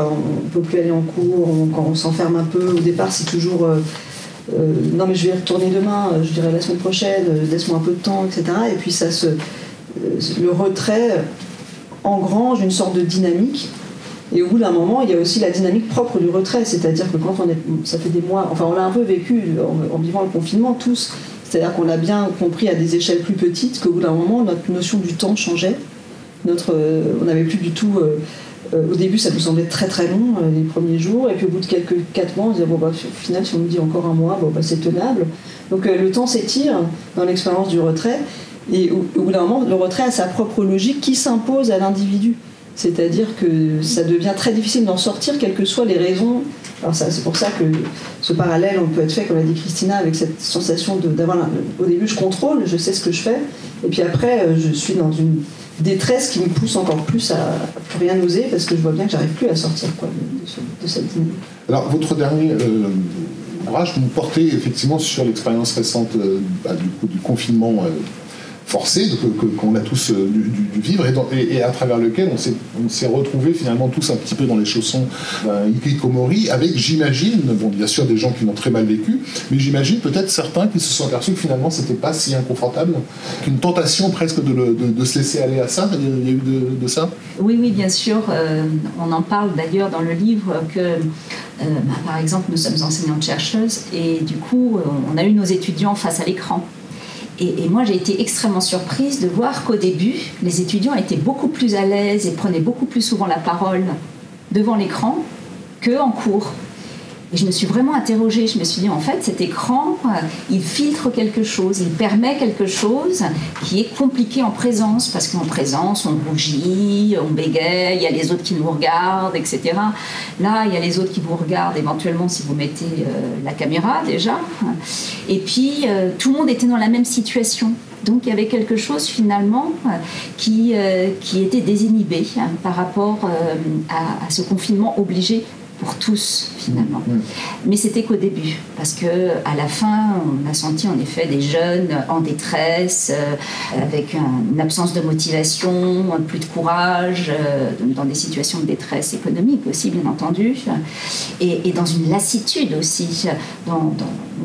ne peut plus aller en cours, on, quand on s'enferme un peu, au départ c'est toujours euh, euh, non mais je vais y retourner demain, je dirais la semaine prochaine, laisse-moi un peu de temps, et cetera. Et puis ça se, euh, le retrait engrange une sorte de dynamique. Et au bout d'un moment, il y a aussi la dynamique propre du retrait, c'est-à-dire que quand on est, ça fait des mois, enfin on l'a un peu vécu en, en vivant le confinement tous. C'est-à-dire qu'on a bien compris à des échelles plus petites qu'au bout d'un moment, notre notion du temps changeait. Notre, euh, on n'avait plus du tout... Euh, euh, au début, ça nous semblait très très long, euh, les premiers jours. Et puis au bout de quelques quatre mois, on disait, bon, bah, au final, si on nous dit encore un mois, bon, bah, c'est tenable. Donc euh, le temps s'étire dans l'expérience du retrait. Et au, au bout d'un moment, le retrait a sa propre logique qui s'impose à l'individu. C'est-à-dire que ça devient très difficile d'en sortir, quelles que soient les raisons. Alors ça, c'est pour ça que ce parallèle, on peut être fait, comme l'a dit Christina, avec cette sensation de, d'avoir... Au début, je contrôle, je sais ce que je fais, et puis après, je suis dans une détresse qui me pousse encore plus à, à plus rien oser, parce que je vois bien que j'arrive plus à sortir quoi, de, de, de cette dynamique. Alors, votre dernier euh, ouvrage, vous portez effectivement sur l'expérience récente euh, bah, du, coup, du confinement euh, forcé que, que, qu'on a tous euh, dû, dû vivre et, dans, et, et à travers lequel on s'est, on s'est retrouvés finalement tous un petit peu dans les chaussons d'un hikikomori avec, j'imagine, bon bien sûr des gens qui l'ont très mal vécu, mais j'imagine peut-être certains qui se sont aperçus que finalement c'était pas si inconfortable, qu'une tentation presque de, le, de, de se laisser aller à ça. Il y a eu de, de ça? Oui, oui, bien sûr. Euh, on en parle d'ailleurs dans le livre que, euh, bah, par exemple, nous sommes enseignantes-chercheuses et du coup, on a eu nos étudiants face à l'écran. Et, et moi, j'ai été extrêmement surprise de voir qu'au début, les étudiants étaient beaucoup plus à l'aise et prenaient beaucoup plus souvent la parole devant l'écran qu'en cours. Et je me suis vraiment interrogée, je me suis dit, en fait, cet écran, il filtre quelque chose, il permet quelque chose qui est compliqué en présence, parce qu'en présence, on rougit, on bégaye, il y a les autres qui nous regardent, et cetera. Là, il y a les autres qui vous regardent, éventuellement, si vous mettez euh, la caméra, déjà. Et puis, euh, tout le monde était dans la même situation. Donc, il y avait quelque chose, finalement, qui, euh, qui était désinhibé hein, par rapport euh, à, à ce confinement obligé pour tous finalement. Mmh. Mais c'était qu'au début, parce que à la fin, on a senti en effet des jeunes en détresse, euh, avec un, une absence de motivation, plus de courage, euh, dans des situations de détresse économique aussi, bien entendu, et, et dans une lassitude aussi. Dans, dans,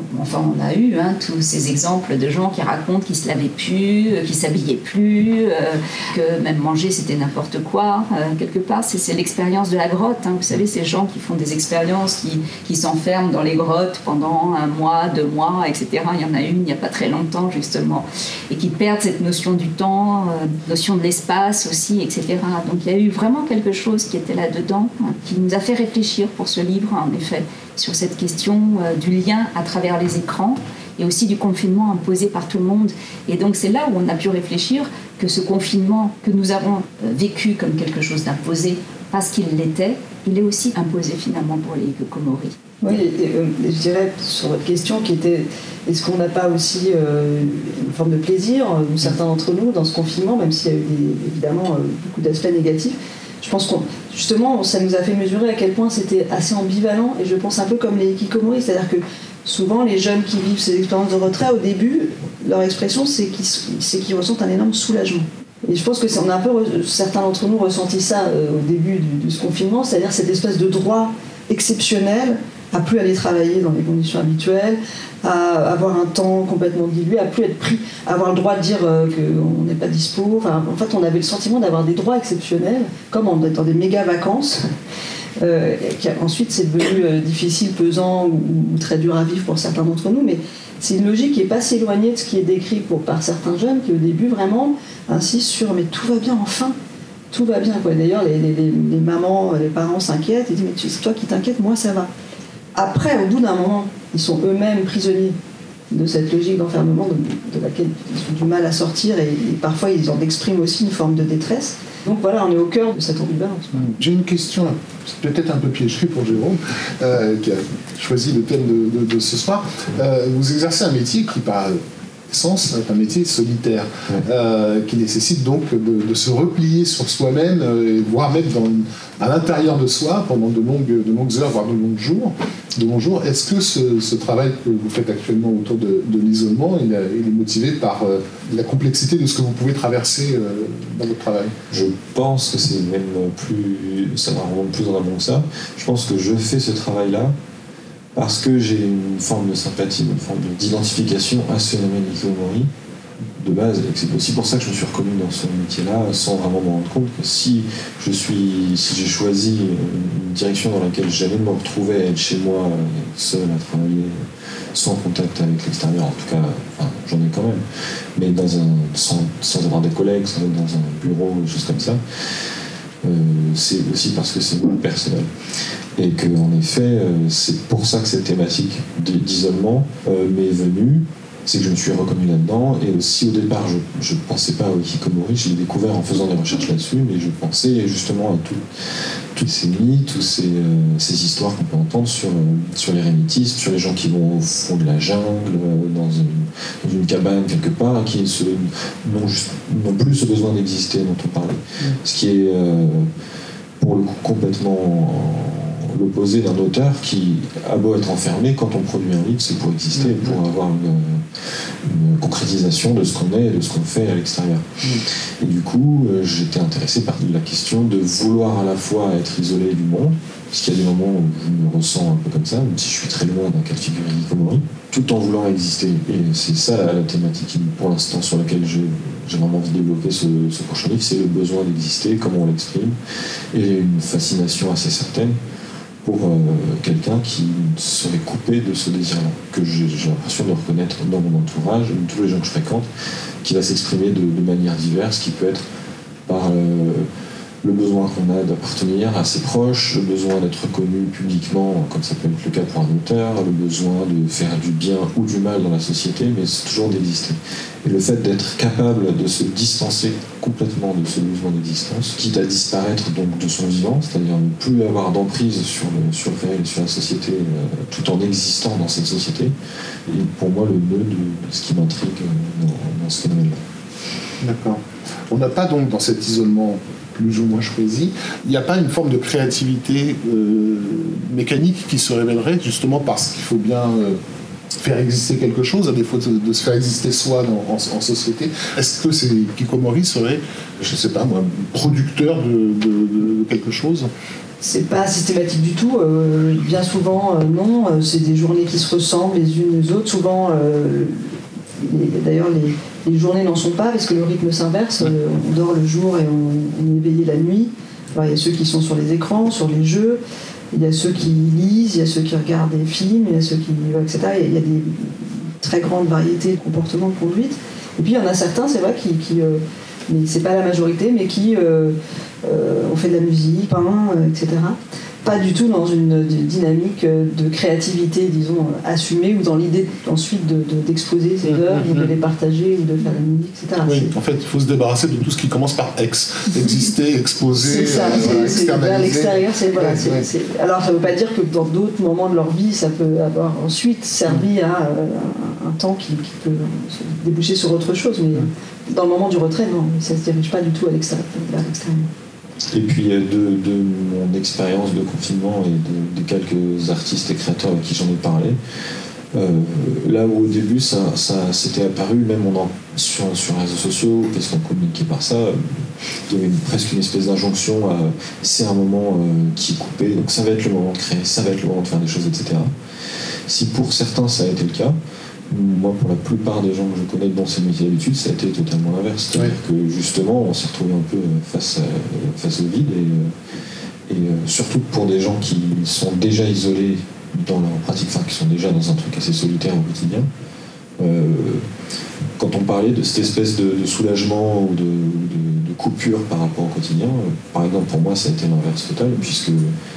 enfin on a eu hein, tous ces exemples de gens qui racontent qu'ils se lavaient plus, euh, qu'ils s'habillaient plus, euh, que même manger c'était n'importe quoi. Euh, quelque part, c'est, c'est l'expérience de la grotte. Hein. Vous savez, ces gens qui font des expériences, qui, qui s'enferment dans les grottes pendant un mois, deux mois, et cetera. Il y en a une il n'y a pas très longtemps justement, et qui perdent cette notion du temps, euh, notion de l'espace aussi, et cetera. Donc il y a eu vraiment quelque chose qui était là-dedans, hein, qui nous a fait réfléchir pour ce livre, en effet, sur cette question euh, du lien à travers les écrans et aussi du confinement imposé par tout le monde. Et donc c'est là où on a pu réfléchir que ce confinement que nous avons euh, vécu comme quelque chose d'imposé parce qu'il l'était, il est aussi imposé finalement pour les hikikomori. Oui, et, euh, je dirais sur votre question qui était est-ce qu'on n'a pas aussi euh, une forme de plaisir, euh, certains d'entre nous, dans ce confinement, même s'il y a eu des, évidemment euh, beaucoup d'aspects négatifs. Je pense qu'on, justement, ça nous a fait mesurer à quel point c'était assez ambivalent, et je pense un peu comme les hikikomori, c'est-à-dire que souvent les jeunes qui vivent ces expériences de retrait, au début, leur expression c'est qu'ils, c'est qu'ils ressentent un énorme soulagement. Et je pense que c'est, on a un peu, certains d'entre nous ressenti ça euh, au début de ce confinement, c'est-à-dire cette espèce de droit exceptionnel à plus aller travailler dans les conditions habituelles, à avoir un temps complètement dilué, à plus être pris, à avoir le droit de dire euh, qu'on n'est pas dispo. Enfin, en fait, on avait le sentiment d'avoir des droits exceptionnels, comme en étant des méga vacances. Euh, qui a, ensuite, c'est devenu euh, difficile, pesant ou, ou très dur à vivre pour certains d'entre nous, mais c'est une logique qui n'est pas si éloignée de ce qui est décrit pour, par certains jeunes qui, au début, vraiment insistent sur « mais tout va bien, enfin !» Tout va bien, quoi. D'ailleurs, les, les, les mamans, les parents s'inquiètent et disent « mais c'est toi qui t'inquiètes, moi ça va ». Après, au bout d'un moment, ils sont eux-mêmes prisonniers de cette logique d'enfermement de, de laquelle ils ont du mal à sortir, et, et parfois ils en expriment aussi une forme de détresse. Donc voilà, on est au cœur de cette ambivalence. J'ai une question, peut-être un peu piégée pour Jérôme, euh, qui a choisi le thème de, de, de ce soir. Euh, vous exercez un métier qui, par essence, est un métier solitaire, euh, qui nécessite donc de, de se replier sur soi-même, euh, voire même dans, à l'intérieur de soi pendant de longues, de longues heures, voire de longs jours. De longs jours. Est-ce que ce, ce travail que vous faites actuellement autour de, de l'isolement, il, a, il est motivé par euh, la complexité de ce que vous pouvez traverser euh, dans votre travail ? Je pense que c'est même plus, ça va remonter plus en amont que ça. Je pense que je fais ce travail-là parce que j'ai une forme de sympathie, une forme d'identification à ce phénomène hikikomori de base, et que c'est aussi pour ça que je me suis reconnu dans ce métier-là, sans vraiment me rendre compte que si je suis, si j'ai choisi une direction dans laquelle j'allais me retrouver à être chez moi, seul à travailler, sans contact avec l'extérieur, en tout cas, enfin, j'en ai quand même, mais dans un, sans, sans avoir des collègues, sans être dans un bureau, des choses comme ça, euh, c'est aussi parce que c'est moi personnel. Et que, en effet, euh, c'est pour ça que cette thématique d'isolement euh, m'est venue. C'est que je me suis reconnu là-dedans, et aussi au départ je ne pensais pas au hikikomori, je l'ai découvert en faisant des recherches là-dessus, mais je pensais justement à tout, toutes ces mythes, toutes ces, euh, ces histoires qu'on peut entendre sur, euh, sur les rémitismes, sur les gens qui vont au fond de la jungle, euh, dans, une, dans une cabane quelque part, qui n'ont non plus ce besoin d'exister dont on parlait. Mmh. Ce qui est euh, pour le coup complètement l'opposé d'un auteur qui a beau être enfermé, quand on produit un livre, c'est pour exister, mmh. pour avoir une, une concrétisation de ce qu'on est et de ce qu'on fait à l'extérieur. Mmh. Et du coup, euh, j'étais intéressé par la question de vouloir à la fois être isolé du monde, parce qu'il y a des moments où je me ressens un peu comme ça, même si je suis très loin d'un cas de figure hikikomori, tout en voulant exister. Et c'est ça la, la thématique, pour l'instant, sur laquelle j'ai, j'ai vraiment envie de développer ce, ce prochain livre, c'est le besoin d'exister, comment on l'exprime, et une fascination assez certaine pour euh, quelqu'un qui serait coupé de ce désir-là, que j'ai, j'ai l'impression de reconnaître dans mon entourage, dans tous les gens que je fréquente, qui va s'exprimer de, de manière diverse, qui peut être par euh, le besoin qu'on a d'appartenir à ses proches, le besoin d'être reconnu publiquement, comme ça peut être le cas pour un auteur, le besoin de faire du bien ou du mal dans la société, mais c'est toujours d'exister. Et le fait d'être capable de se distancer complètement de ce besoin d'existence, quitte à disparaître donc de son vivant, c'est-à-dire ne plus avoir d'emprise sur le, sur le réel et sur la société, euh, tout en existant dans cette société, est pour moi le nœud de, de ce qui m'intrigue dans, dans ce phénomène-là. D'accord. On n'a pas donc dans cet isolement plus ou moins choisi, il n'y a pas une forme de créativité euh, mécanique qui se révélerait justement parce qu'il faut bien euh, faire exister quelque chose, à défaut de, de se faire exister soi dans, en, en société. Est-ce que ces hikikomori seraient, je ne sais pas moi, producteurs de, de, de quelque chose ? c'est pas systématique du tout. Euh, bien souvent, euh, non. Euh, c'est des journées qui se ressemblent les unes les autres. Souvent, euh, les, d'ailleurs, les, les journées n'en sont pas parce que le rythme s'inverse. Euh, on dort le jour et on, on est éveillé la nuit. Alors, il y a ceux qui sont sur les écrans, sur les jeux. Il y a ceux qui lisent, il y a ceux qui regardent des films, il y a ceux qui... et cetera. Il y a des très grandes variétés de comportements de conduite. Et puis, il y en a certains, c'est vrai, qui... qui euh, mais c'est pas la majorité, mais qui euh, euh, ont fait de la musique, peint, euh, et cetera. Pas du tout dans une dynamique de créativité, disons, assumée, ou dans l'idée ensuite de, de, d'exposer ses œuvres, mmh, mmh. ou de les partager, ou de faire de la musique, et cetera. Oui, en fait, il faut se débarrasser de tout ce qui commence par ex. Exister, exposer, c'est ça, euh, c'est, externaliser. Vers l'extérieur, c'est, voilà, ouais, c'est, ouais. c'est... Alors, ça ne veut pas dire que dans d'autres moments de leur vie, ça peut avoir ensuite servi à euh, un, un temps qui, qui peut déboucher sur autre chose, mais mmh. dans le moment du retrait, non, ça ne se dirige pas du tout à l'extérieur, vers l'extérieur. Et puis de, de mon expérience de confinement et de, de quelques artistes et créateurs avec qui j'en ai parlé, euh, là où au début ça, ça s'était apparu, même on en, sur, sur les réseaux sociaux, parce qu'on communiquait par ça, euh, il y avait une, presque une espèce d'injonction à c'est un moment euh, qui est coupé, donc ça va être le moment de créer, ça va être le moment de faire des choses, et cetera. Si pour certains ça a été le cas, moi, pour la plupart des gens que je connais dans ces métiers d'habitude, ça a été totalement l'inverse. C'est-à-dire oui. que justement, on s'est retrouvé un peu face, à, face au vide et, et surtout pour des gens qui sont déjà isolés dans leur pratique, enfin qui sont déjà dans un truc assez solitaire au quotidien. Euh, quand on parlait de cette espèce de, de soulagement ou de, de, de coupure par rapport au quotidien, euh, par exemple pour moi ça a été l'inverse total, puisque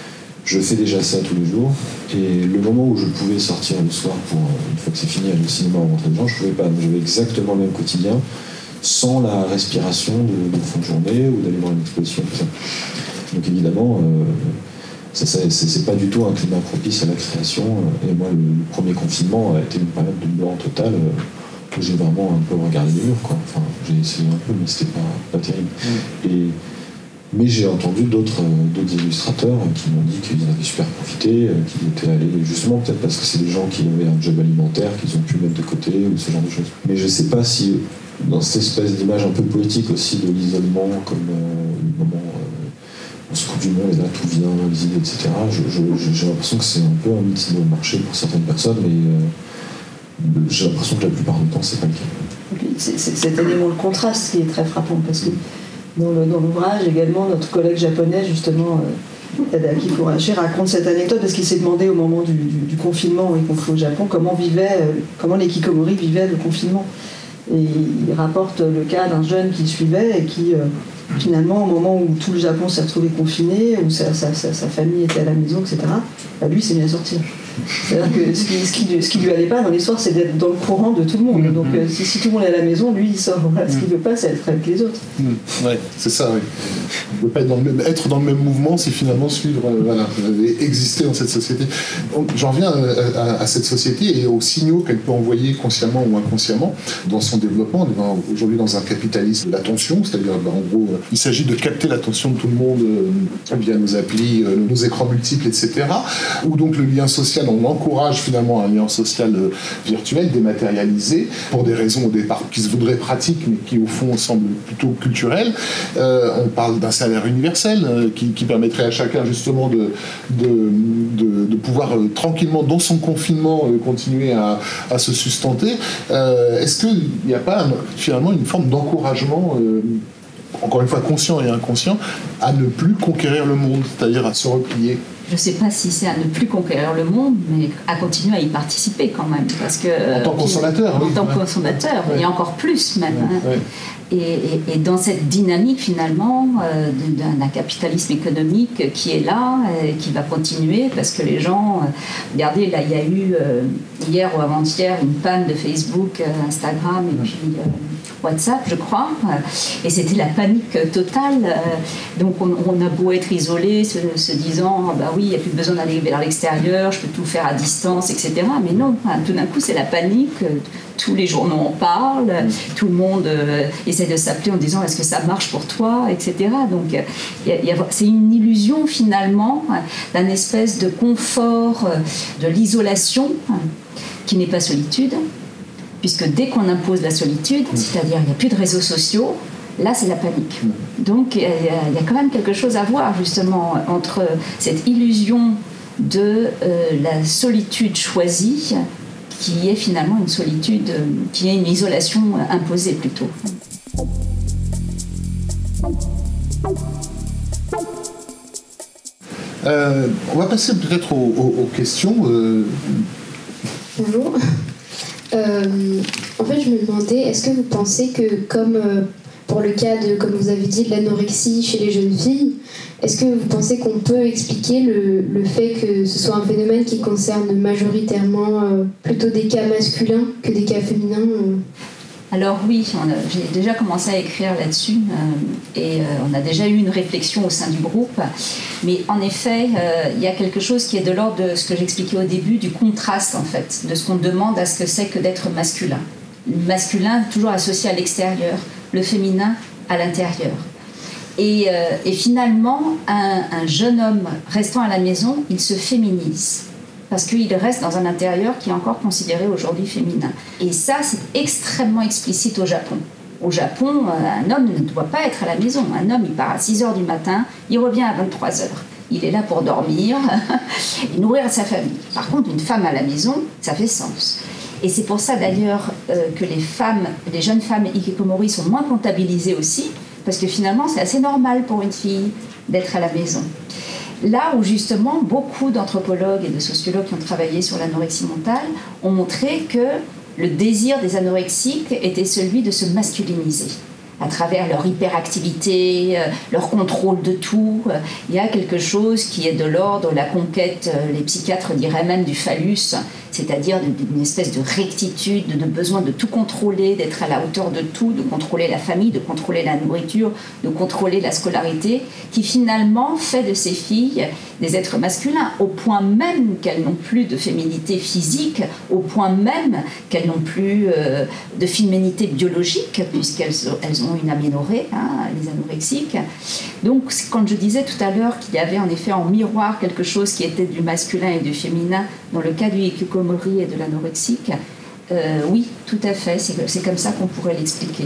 je fais déjà ça tous les jours, et le moment où je pouvais sortir le soir pour, une fois que c'est fini, aller au cinéma ou rentrer dedans, je ne pouvais pas. J'avais exactement le même quotidien, sans la respiration de, de fin de journée ou d'aller voir une exposition. Tout ça. Donc évidemment, euh, ça, ça, c'est, c'est pas du tout un climat propice à la création. Et moi, le, le premier confinement a été une période de blanc total, euh, où j'ai vraiment un peu regardé les murs, quoi. Enfin, j'ai essayé un peu, mais c'était pas, pas terrible. Mmh. Et, Mais j'ai entendu d'autres, d'autres illustrateurs qui m'ont dit qu'ils avaient super profité, qu'ils étaient allés, justement peut-être parce que c'est des gens qui avaient un job alimentaire, qu'ils ont pu mettre de côté, ou ce genre de choses. Mais je sais pas si, dans cette espèce d'image un peu poétique aussi de l'isolement, comme euh, le moment euh, on se coupe du monde et là tout vient, les idées, et cetera, je, je, j'ai l'impression que c'est un peu un mythe de marché pour certaines personnes, mais euh, j'ai l'impression que la plupart du temps, c'est pas le cas. C'est, c'est cet élément de contraste qui est très frappant, parce que Dans, le, dans l'ouvrage également, notre collègue japonais, justement, euh, Tadaaki Kurashi, raconte cette anecdote parce qu'il s'est demandé au moment du, du, du confinement, y compris au Japon, comment, vivait, euh, comment les hikikomori vivaient le confinement. Et il rapporte le cas d'un jeune qui suivait et qui, euh, finalement, au moment où tout le Japon s'est retrouvé confiné, où sa, sa, sa, sa famille était à la maison, et cetera, bah lui, s'est mis à sortir. C'est-à-dire que ce qui, ce, qui, ce qui lui allait pas dans l'histoire, c'est d'être dans le courant de tout le monde. Donc euh, si, si tout le monde est à la maison, lui, il sort. Voilà. Ce qu'il veut pas, c'est être avec les autres. Mmh. Oui, c'est ça, oui. On ne peut pas être dans, le même, être dans le même mouvement, c'est finalement suivre, euh, voilà, et exister dans cette société. Donc, j'en reviens à, à, à cette société et aux signaux qu'elle peut envoyer consciemment ou inconsciemment dans son développement. On est dans, aujourd'hui dans un capitalisme de l'attention, c'est-à-dire, ben, en gros, euh, il s'agit de capter l'attention de tout le monde euh, via nos applis, euh, nos écrans multiples, et cetera. Ou donc le lien social, on encourage finalement un lien social euh, virtuel, dématérialisé, pour des raisons au départ qui se voudraient pratiques, mais qui au fond semblent plutôt culturelles. Euh, on parle d'un salaire universel euh, qui, qui permettrait à chacun justement de, de, de, de pouvoir euh, tranquillement, dans son confinement, euh, continuer à, à se sustenter. Euh, est-ce qu'il n'y a pas un, finalement une forme d'encouragement euh, encore une fois conscient et inconscient, à ne plus conquérir le monde, c'est-à-dire à se replier? Je ne sais pas si c'est à ne plus conquérir le monde, mais à continuer à y participer quand même. Parce que, en tant que consommateur, En oui, tant que ouais. consommateur, ouais. et encore plus même. Ouais, hein. ouais. Et, et, et dans cette dynamique finalement euh, d'un, d'un capitalisme économique qui est là, et qui va continuer, parce que les gens... Euh, regardez, là, il y a eu euh, hier ou avant-hier une panne de Facebook, euh, Instagram et puis... Euh, WhatsApp, je crois, et c'était la panique totale. Donc on, on a beau être isolé, se, se disant, bah oui, il n'y a plus besoin d'aller vers l'extérieur, je peux tout faire à distance, et cetera. Mais non, tout d'un coup, c'est la panique. Tous les journaux en parlent, tout le monde euh, essaie de s'appeler en disant, est-ce que ça marche pour toi, et cetera. Donc y a, y a, c'est une illusion finalement d'un espèce de confort, de l'isolation, qui n'est pas solitude. Puisque dès qu'on impose la solitude, c'est-à-dire il n'y a plus de réseaux sociaux, Là, c'est la panique. Donc, il y, y a quand même quelque chose à voir, justement, entre cette illusion de euh, la solitude choisie, qui est finalement une solitude, euh, qui est une isolation imposée, plutôt. Euh, on va passer peut-être aux, aux, aux questions. Euh... Bonjour. Euh, en fait, je me demandais, est-ce que vous pensez que, comme euh, pour le cas de, comme vous avez dit, de l'anorexie chez les jeunes filles, est-ce que vous pensez qu'on peut expliquer le, le fait que ce soit un phénomène qui concerne majoritairement euh, plutôt des cas masculins que des cas féminins euh... Alors oui, on a, j'ai déjà commencé à écrire là-dessus euh, et euh, on a déjà eu une réflexion au sein du groupe. Mais en effet, euh, il y a quelque chose qui est de l'ordre de ce que j'expliquais au début, du contraste en fait, de ce qu'on demande à ce que c'est que d'être masculin. Le masculin toujours associé à l'extérieur, le féminin à l'intérieur. Et, euh, et finalement, un, un jeune homme restant à la maison, il se féminise. Parce qu'il reste dans un intérieur qui est encore considéré aujourd'hui féminin. Et ça, c'est extrêmement explicite au Japon. Au Japon, un homme ne doit pas être à la maison. Un homme, il part à six heures du matin, il revient à vingt-trois heures. Il est là pour dormir et nourrir sa famille. Par contre, une femme à la maison, ça fait sens. Et c'est pour ça d'ailleurs euh, que les femmes, les jeunes femmes hikikomori sont moins comptabilisées aussi, parce que finalement, c'est assez normal pour une fille d'être à la maison. Là où justement beaucoup d'anthropologues et de sociologues qui ont travaillé sur l'anorexie mentale ont montré que le désir des anorexiques était celui de se masculiniser à travers leur hyperactivité, leur contrôle de tout. Il y a quelque chose qui est de l'ordre de la conquête, les psychiatres diraient même du phallus, c'est-à-dire d'une espèce de rectitude, de besoin de tout contrôler, d'être à la hauteur de tout, de contrôler la famille, de contrôler la nourriture, de contrôler la scolarité, qui finalement fait de ces filles des êtres masculins, au point même qu'elles n'ont plus de féminité physique, au point même qu'elles n'ont plus euh, de féminité biologique, puisqu'elles elles ont une aménorrhée, hein, les anorexiques. Donc, quand je disais tout à l'heure qu'il y avait en effet en miroir quelque chose qui était du masculin et du féminin, dans le cas du hikikomori et de l'anorexique, euh, oui, tout à fait, c'est, c'est comme ça qu'on pourrait l'expliquer.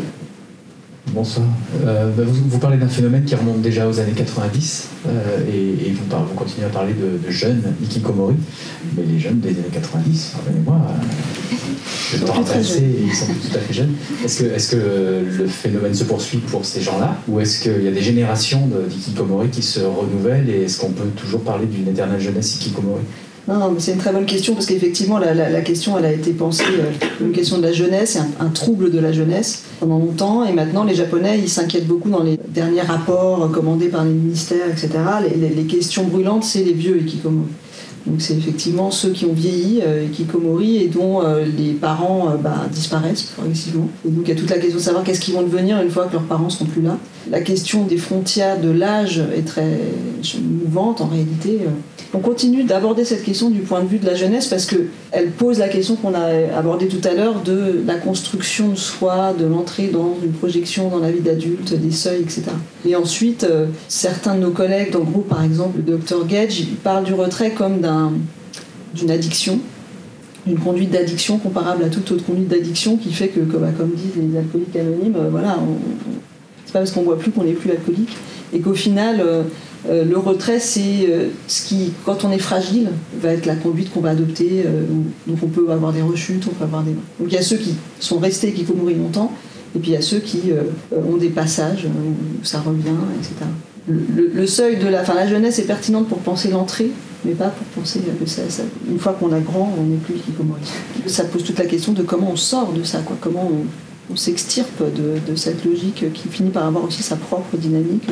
Bonsoir. Euh, bah vous, vous parlez d'un phénomène qui remonte déjà aux années quatre-vingt-dix euh, et, et vous, par, vous continuez à parler de, de jeunes hikikomori, mais les jeunes des années quatre-vingt-dix, pardonnez-moi, euh, le temps a passé et ils sont tout à fait jeunes. Est-ce que, est-ce que le phénomène se poursuit pour ces gens-là ou est-ce qu'il y a des générations de, d'hikikomori qui se renouvellent et est-ce qu'on peut toujours parler d'une éternelle jeunesse hikikomori ? Non, mais c'est une très bonne question parce qu'effectivement la, la, la question elle a été pensée euh, une question de la jeunesse, un, un trouble de la jeunesse pendant longtemps et maintenant les Japonais ils s'inquiètent beaucoup dans les derniers rapports commandés par les ministères, et cetera. Les, les, les questions brûlantes c'est les vieux hikikomori. Donc c'est effectivement ceux qui ont vieilli, euh, hikikomori, et dont euh, les parents euh, bah, disparaissent progressivement. Et donc il y a toute la question de savoir qu'est-ce qu'ils vont devenir une fois que leurs parents seront plus là. La question des frontières de l'âge est très mouvante en réalité. On continue d'aborder cette question du point de vue de la jeunesse parce qu'elle pose la question qu'on a abordée tout à l'heure de la construction de soi, de l'entrée dans une projection dans la vie d'adulte, des seuils, et cetera. Et ensuite, euh, certains de nos collègues dans le groupe, par exemple le docteur Gage, il parle du retrait comme d'un, d'une addiction, d'une conduite d'addiction comparable à toute autre conduite d'addiction qui fait que, comme, comme disent les alcooliques anonymes, euh, voilà, on, on, c'est pas parce qu'on ne boit plus qu'on n'est plus alcoolique et qu'au final... Euh, Euh, le retrait, c'est euh, ce qui, quand on est fragile, va être la conduite qu'on va adopter. Euh, donc on peut avoir des rechutes, on peut avoir des... Donc il y a ceux qui sont restés hikikomori longtemps, et puis il y a ceux qui euh, ont des passages où ça revient, et cetera. Le, le, le seuil de la... Enfin, la jeunesse est pertinente pour penser l'entrée, mais pas pour penser que ça, ça, une fois qu'on a grand, on n'est plus hikikomori. Ça pose toute la question de comment on sort de ça, quoi, comment on, on s'extirpe de, de cette logique qui finit par avoir aussi sa propre dynamique.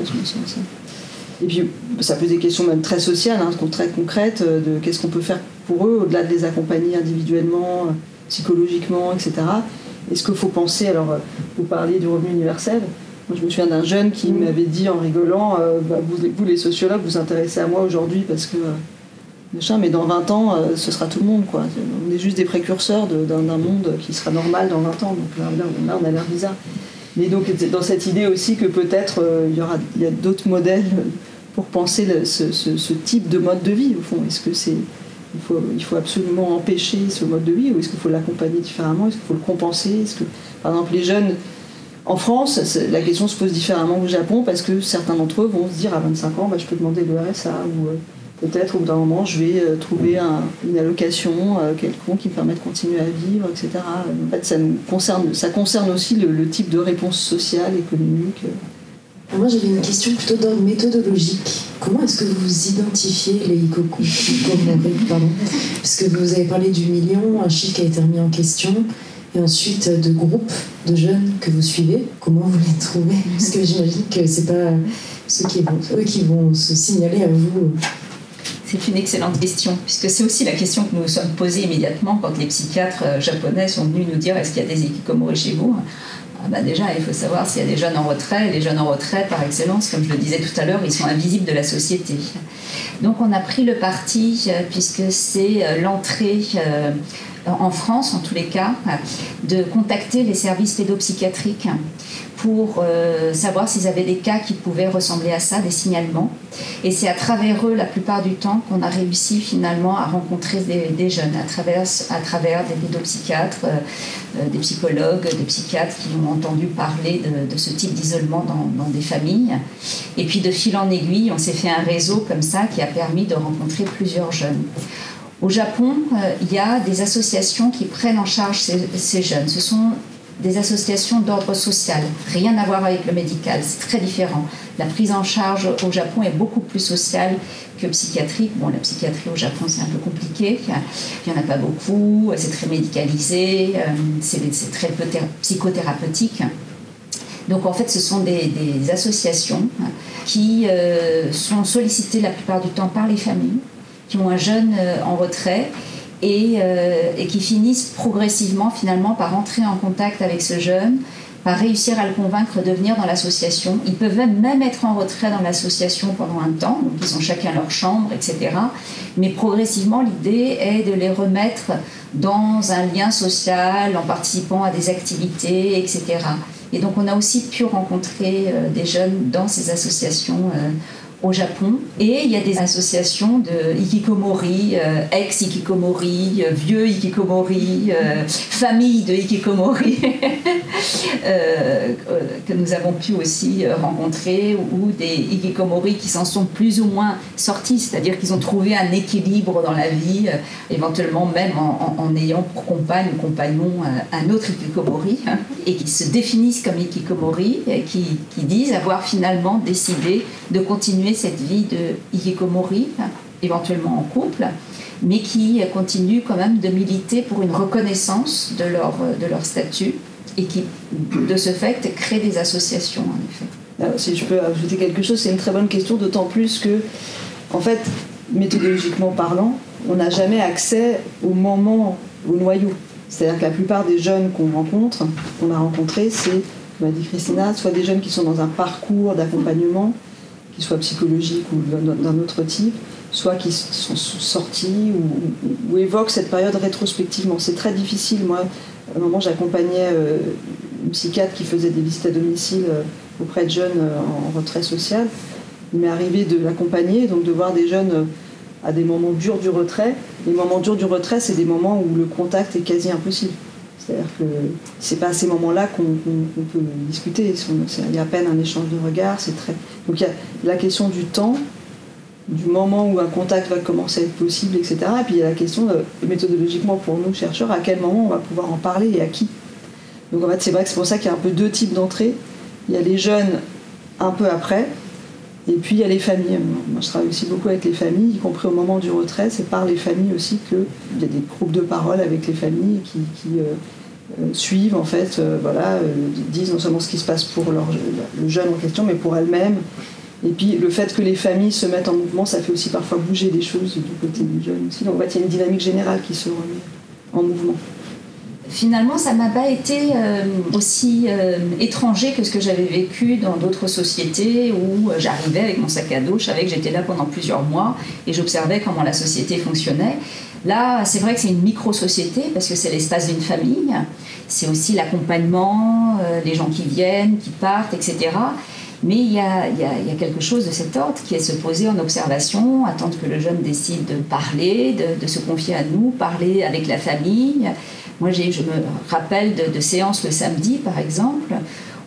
Et puis, ça pose des questions même très sociales, hein, très concrètes, de qu'est-ce qu'on peut faire pour eux, au-delà de les accompagner individuellement, psychologiquement, et cetera. Est-ce qu'il faut penser, alors, vous parliez du revenu universel. Moi, je me souviens d'un jeune qui m'avait dit en rigolant, euh, bah, vous, vous, les sociologues, vous intéressez à moi aujourd'hui parce que, euh, machin, mais dans vingt ans, euh, ce sera tout le monde, quoi. On est juste des précurseurs de, d'un, d'un monde qui sera normal dans vingt ans. Donc là, là on a l'air bizarre. Mais donc, dans cette idée aussi que peut-être euh, il y aura, il y a d'autres modèles pour penser le, ce, ce, ce type de mode de vie, au fond. Est-ce que c'est, il faut, il faut absolument empêcher ce mode de vie ou est-ce qu'il faut l'accompagner différemment? Est-ce qu'il faut le compenser? Est-ce que, par exemple, les jeunes, En France, la question se pose différemment au Japon parce que certains d'entre eux vont se dire à vingt-cinq ans, bah, je peux demander le R S A ou euh, peut-être au bout d'un moment je vais euh, trouver un, une allocation euh, quelconque qui me permet de continuer à vivre, et cetera. En fait, ça, nous concerne, ça concerne aussi le, le type de réponse sociale, économique. Moi, j'avais une question plutôt d'ordre méthodologique. Comment est-ce que vous identifiez les hikikomori, pardon, parce que vous avez parlé du million, un chiffre qui a été remis en question, et ensuite de groupes de jeunes que vous suivez. Comment vous les trouvez? Parce que j'imagine que c'est pas ceux qui vont, eux qui vont se signaler à vous. C'est une excellente question, puisque c'est aussi la question que nous nous sommes posée immédiatement quand les psychiatres japonais sont venus nous dire est-ce qu'il y a des hikikomori chez vous? Ah bah déjà, il faut savoir s'il y a des jeunes en retrait. Les jeunes en retrait, par excellence, comme je le disais tout à l'heure, ils sont invisibles de la société. Donc on a pris le parti, puisque c'est l'entrée euh, en France, en tous les cas, de contacter les services pédopsychiatriques pour euh, savoir s'ils avaient des cas qui pouvaient ressembler à ça, des signalements. Et c'est à travers eux, la plupart du temps, qu'on a réussi finalement à rencontrer des, des jeunes, à travers, à travers des pédopsychiatres, euh, des psychologues, des psychiatres qui ont entendu parler de, de ce type d'isolement dans, dans des familles. Et puis de fil en aiguille, on s'est fait un réseau comme ça qui a permis de rencontrer plusieurs jeunes. Au Japon, euh, il y a des associations qui prennent en charge ces, ces jeunes. Ce sont des associations d'ordre social, rien à voir avec le médical, c'est très différent. La prise en charge au Japon est beaucoup plus sociale que psychiatrique. Bon, la psychiatrie au Japon, c'est un peu compliqué, il n'y en a pas beaucoup, c'est très médicalisé, c'est, c'est très peu thé- psychothérapeutique. Donc en fait, ce sont des, des associations qui euh, sont sollicitées la plupart du temps par les familles, qui ont un jeune euh, en retrait, Et, euh, et qui finissent progressivement finalement par entrer en contact avec ce jeune, par réussir à le convaincre de venir dans l'association. Ils peuvent même être en retrait dans l'association pendant un temps, donc ils ont chacun leur chambre, et cetera. Mais progressivement, l'idée est de les remettre dans un lien social, en participant à des activités, et cetera. Et donc on a aussi pu rencontrer euh, des jeunes dans ces associations euh, au Japon, et il y a des associations de hikikomori, euh, ex-hikikomori, euh, vieux hikikomori, euh, famille de hikikomori euh, que nous avons pu aussi rencontrer, ou des hikikomori qui s'en sont plus ou moins sortis, c'est-à-dire qu'ils ont trouvé un équilibre dans la vie, euh, éventuellement même en, en, en ayant pour compagne ou compagnon euh, un autre hikikomori, hein, et qui se définissent comme hikikomori, et qui, qui disent avoir finalement décidé de continuer cette vie de hikikomori, éventuellement en couple, mais qui continuent quand même de militer pour une reconnaissance de leur, de leur statut, et qui, de ce fait, créent des associations, en effet. Alors, si je peux ajouter quelque chose, c'est une très bonne question, d'autant plus que, en fait, méthodologiquement parlant, on n'a jamais accès au moment, au noyau. C'est-à-dire que la plupart des jeunes qu'on rencontre, qu'on a rencontrés, c'est, comme a dit Christina, soit des jeunes qui sont dans un parcours d'accompagnement, qui soit psychologique ou d'un autre type, soit qui sont sortis ou, ou, ou évoquent cette période rétrospectivement. C'est très difficile. Moi, à un moment, j'accompagnais euh, une psychiatre qui faisait des visites à domicile euh, auprès de jeunes euh, en retrait social. Il m'est arrivé de l'accompagner, donc de voir des jeunes euh, à des moments durs du retrait. Les moments durs du retrait, c'est des moments où le contact est quasi impossible. C'est-à-dire que c'est pas à ces moments-là qu'on, qu'on, qu'on peut discuter. Il y a à peine un échange de regards. C'est très... Donc il y a la question du temps, du moment où un contact va commencer à être possible, et cetera. Et puis il y a la question, de, méthodologiquement pour nous, chercheurs, à quel moment on va pouvoir en parler et à qui. Donc en fait, c'est vrai que c'est pour ça qu'il y a un peu deux types d'entrées. Il y a les jeunes un peu après, et puis il y a les familles. Moi je travaille aussi beaucoup avec les familles, y compris au moment du retrait. C'est par les familles aussi qu'il y a des groupes de parole avec les familles qui... qui euh, Euh, suivent en fait, euh, voilà, euh, disent non seulement ce qui se passe pour leur, le jeune en question, mais pour elles-mêmes. Et puis le fait que les familles se mettent en mouvement, ça fait aussi parfois bouger des choses du côté du jeune aussi. Donc en fait, il y a une dynamique générale qui se remet en mouvement. Finalement, ça m'a pas été euh, aussi euh, étranger que ce que j'avais vécu dans d'autres sociétés où j'arrivais avec mon sac à dos, je savais que j'étais là pendant plusieurs mois et j'observais comment la société fonctionnait. Là, c'est vrai que c'est une micro-société parce que c'est l'espace d'une famille, c'est aussi l'accompagnement, euh, les gens qui viennent, qui partent, et cetera. Mais il y a, il y a, il y a quelque chose de cet ordre qui est se poser en observation, attendre que le jeune décide de parler, de, de se confier à nous, parler avec la famille. Moi, j'ai, je me rappelle de, de séances le samedi, par exemple,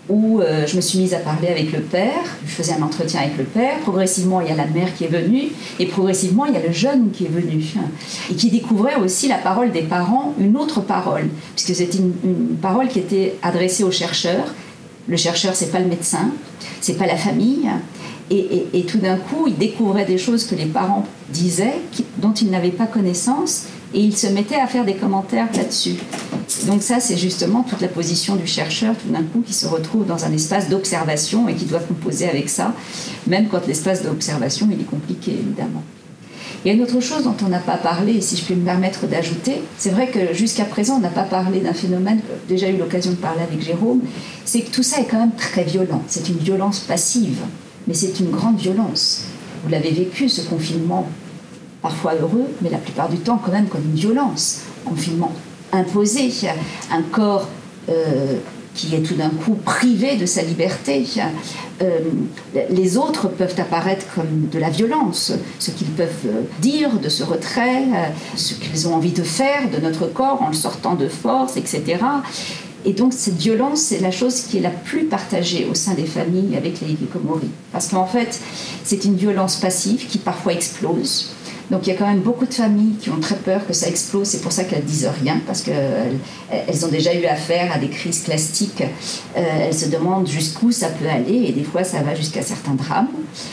où euh, je me suis mise à parler avec le père, je faisais un entretien avec le père, progressivement il y a la mère qui est venue, et progressivement il y a le jeune qui est venu, et qui découvrait aussi la parole des parents, une autre parole, puisque c'était une, une parole qui était adressée au chercheur. Le chercheur, c'est pas le médecin, c'est pas la famille, et, et, et tout d'un coup il découvrait des choses que les parents disaient, qui, dont il n'avait pas connaissance, et il se mettait à faire des commentaires là-dessus. Donc ça, c'est justement toute la position du chercheur, tout d'un coup, qui se retrouve dans un espace d'observation et qui doit composer avec ça, même quand l'espace d'observation, il est compliqué, évidemment. Il y a une autre chose dont on n'a pas parlé, et si je puis me permettre d'ajouter, c'est vrai que jusqu'à présent, on n'a pas parlé d'un phénomène que j'ai déjà eu l'occasion de parler avec Jérôme, c'est que tout ça est quand même très violent. C'est une violence passive, mais c'est une grande violence. Vous l'avez vécu, ce confinement, parfois heureux, mais la plupart du temps quand même comme une violence. Confinement imposé, un corps euh, qui est tout d'un coup privé de sa liberté. Euh, les autres peuvent apparaître comme de la violence, ce qu'ils peuvent dire de ce retrait, ce qu'ils ont envie de faire de notre corps en le sortant de force, et cetera. Et donc cette violence, c'est la chose qui est la plus partagée au sein des familles avec les hikikomori. Parce qu'en fait, c'est une violence passive qui parfois explose. Donc il y a quand même beaucoup de familles qui ont très peur que ça explose, c'est pour ça qu'elles ne disent rien, parce qu'elles elles ont déjà eu affaire à des crises classiques, euh, elles se demandent jusqu'où ça peut aller, et des fois ça va jusqu'à certains drames.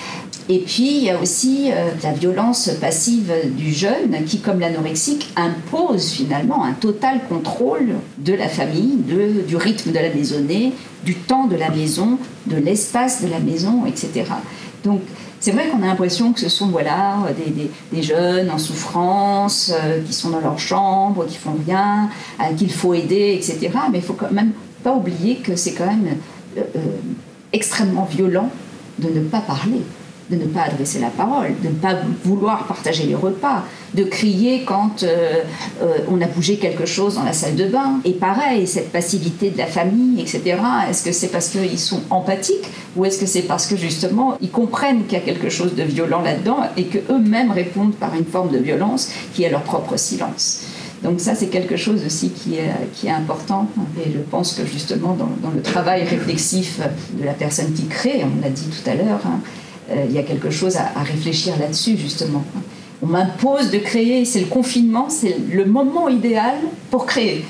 Et puis il y a aussi euh, la violence passive du jeune qui, comme l'anorexique, impose finalement un total contrôle de la famille, de, du rythme de la maisonnée, du temps de la maison, de l'espace de la maison, et cetera. Donc c'est vrai qu'on a l'impression que ce sont voilà, des, des, des jeunes en souffrance, euh, qui sont dans leur chambre, qui font rien, euh, qu'il faut aider, et cetera. Mais il ne faut quand même pas oublier que c'est quand même euh, euh, extrêmement violent de ne pas parler, de ne pas adresser la parole, de ne pas vouloir partager les repas, de crier quand euh, euh, on a bougé quelque chose dans la salle de bain. Et pareil, cette passivité de la famille, et cetera. Est-ce que c'est parce qu'ils sont empathiques ou est-ce que c'est parce que justement ils comprennent qu'il y a quelque chose de violent là-dedans et qu'eux-mêmes répondent par une forme de violence qui est leur propre silence. Donc ça, c'est quelque chose aussi qui est, qui est important. Et je pense que justement, dans, dans le travail réflexif de la personne qui crée, on l'a dit tout à l'heure, hein, euh, il y a quelque chose à, à réfléchir là-dessus, justement. On m'impose de créer, c'est le confinement, c'est le moment idéal pour créer.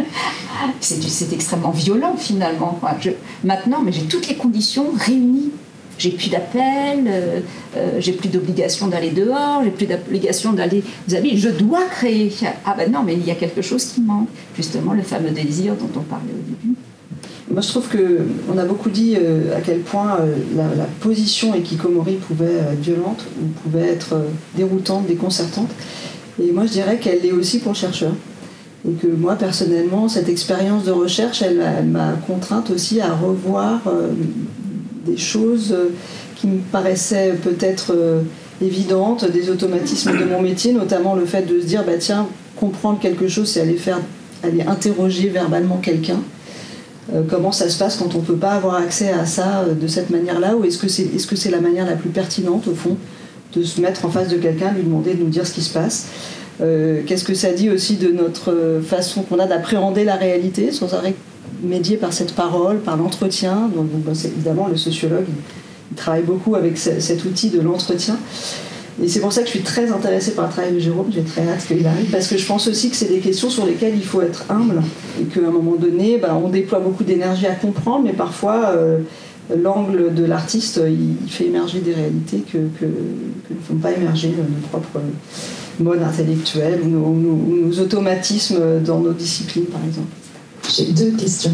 c'est, c'est extrêmement violent, finalement. Je, maintenant, mais j'ai toutes les conditions réunies. J'ai plus d'appels, euh, euh, j'ai plus d'obligation d'aller dehors, j'ai plus d'obligation d'aller aux amis. Je dois créer. Ah ben non, mais il y a quelque chose qui manque. Justement, le fameux désir dont on parlait au début. Moi, je trouve qu'on a beaucoup dit euh, à quel point euh, la, la position hikikomori pouvait être violente ou pouvait être euh, déroutante, déconcertante. Et moi, je dirais qu'elle l'est aussi pour le chercheur. Et que moi, personnellement, cette expérience de recherche, elle, elle m'a contrainte aussi à revoir euh, des choses qui me paraissaient peut-être euh, évidentes, des automatismes de mon métier, notamment le fait de se dire, bah, tiens, comprendre quelque chose, c'est aller, faire, aller interroger verbalement quelqu'un. Euh, comment ça se passe quand on ne peut pas avoir accès à ça euh, de cette manière-là, ou est-ce que c'est, est-ce que c'est la manière la plus pertinente, au fond, de se mettre en face de quelqu'un, lui demander de nous dire ce qui se passe. Euh, qu'est-ce que ça dit aussi de notre façon qu'on a d'appréhender la réalité, sans arrêt médié par cette parole, par l'entretien. Donc, donc c'est, évidemment, le sociologue, il, il travaille beaucoup avec ce, cet outil de l'entretien. Et c'est pour ça que je suis très intéressée par le travail de Jérôme, j'ai très hâte qu'il arrive, parce que je pense aussi que c'est des questions sur lesquelles il faut être humble, et qu'à un moment donné, bah, on déploie beaucoup d'énergie à comprendre, mais parfois, euh, l'angle de l'artiste, il, il fait émerger des réalités que, que, que ne font pas émerger nos propres modes intellectuels ou nos, nos, nos automatismes dans nos disciplines, par exemple. J'ai deux questions.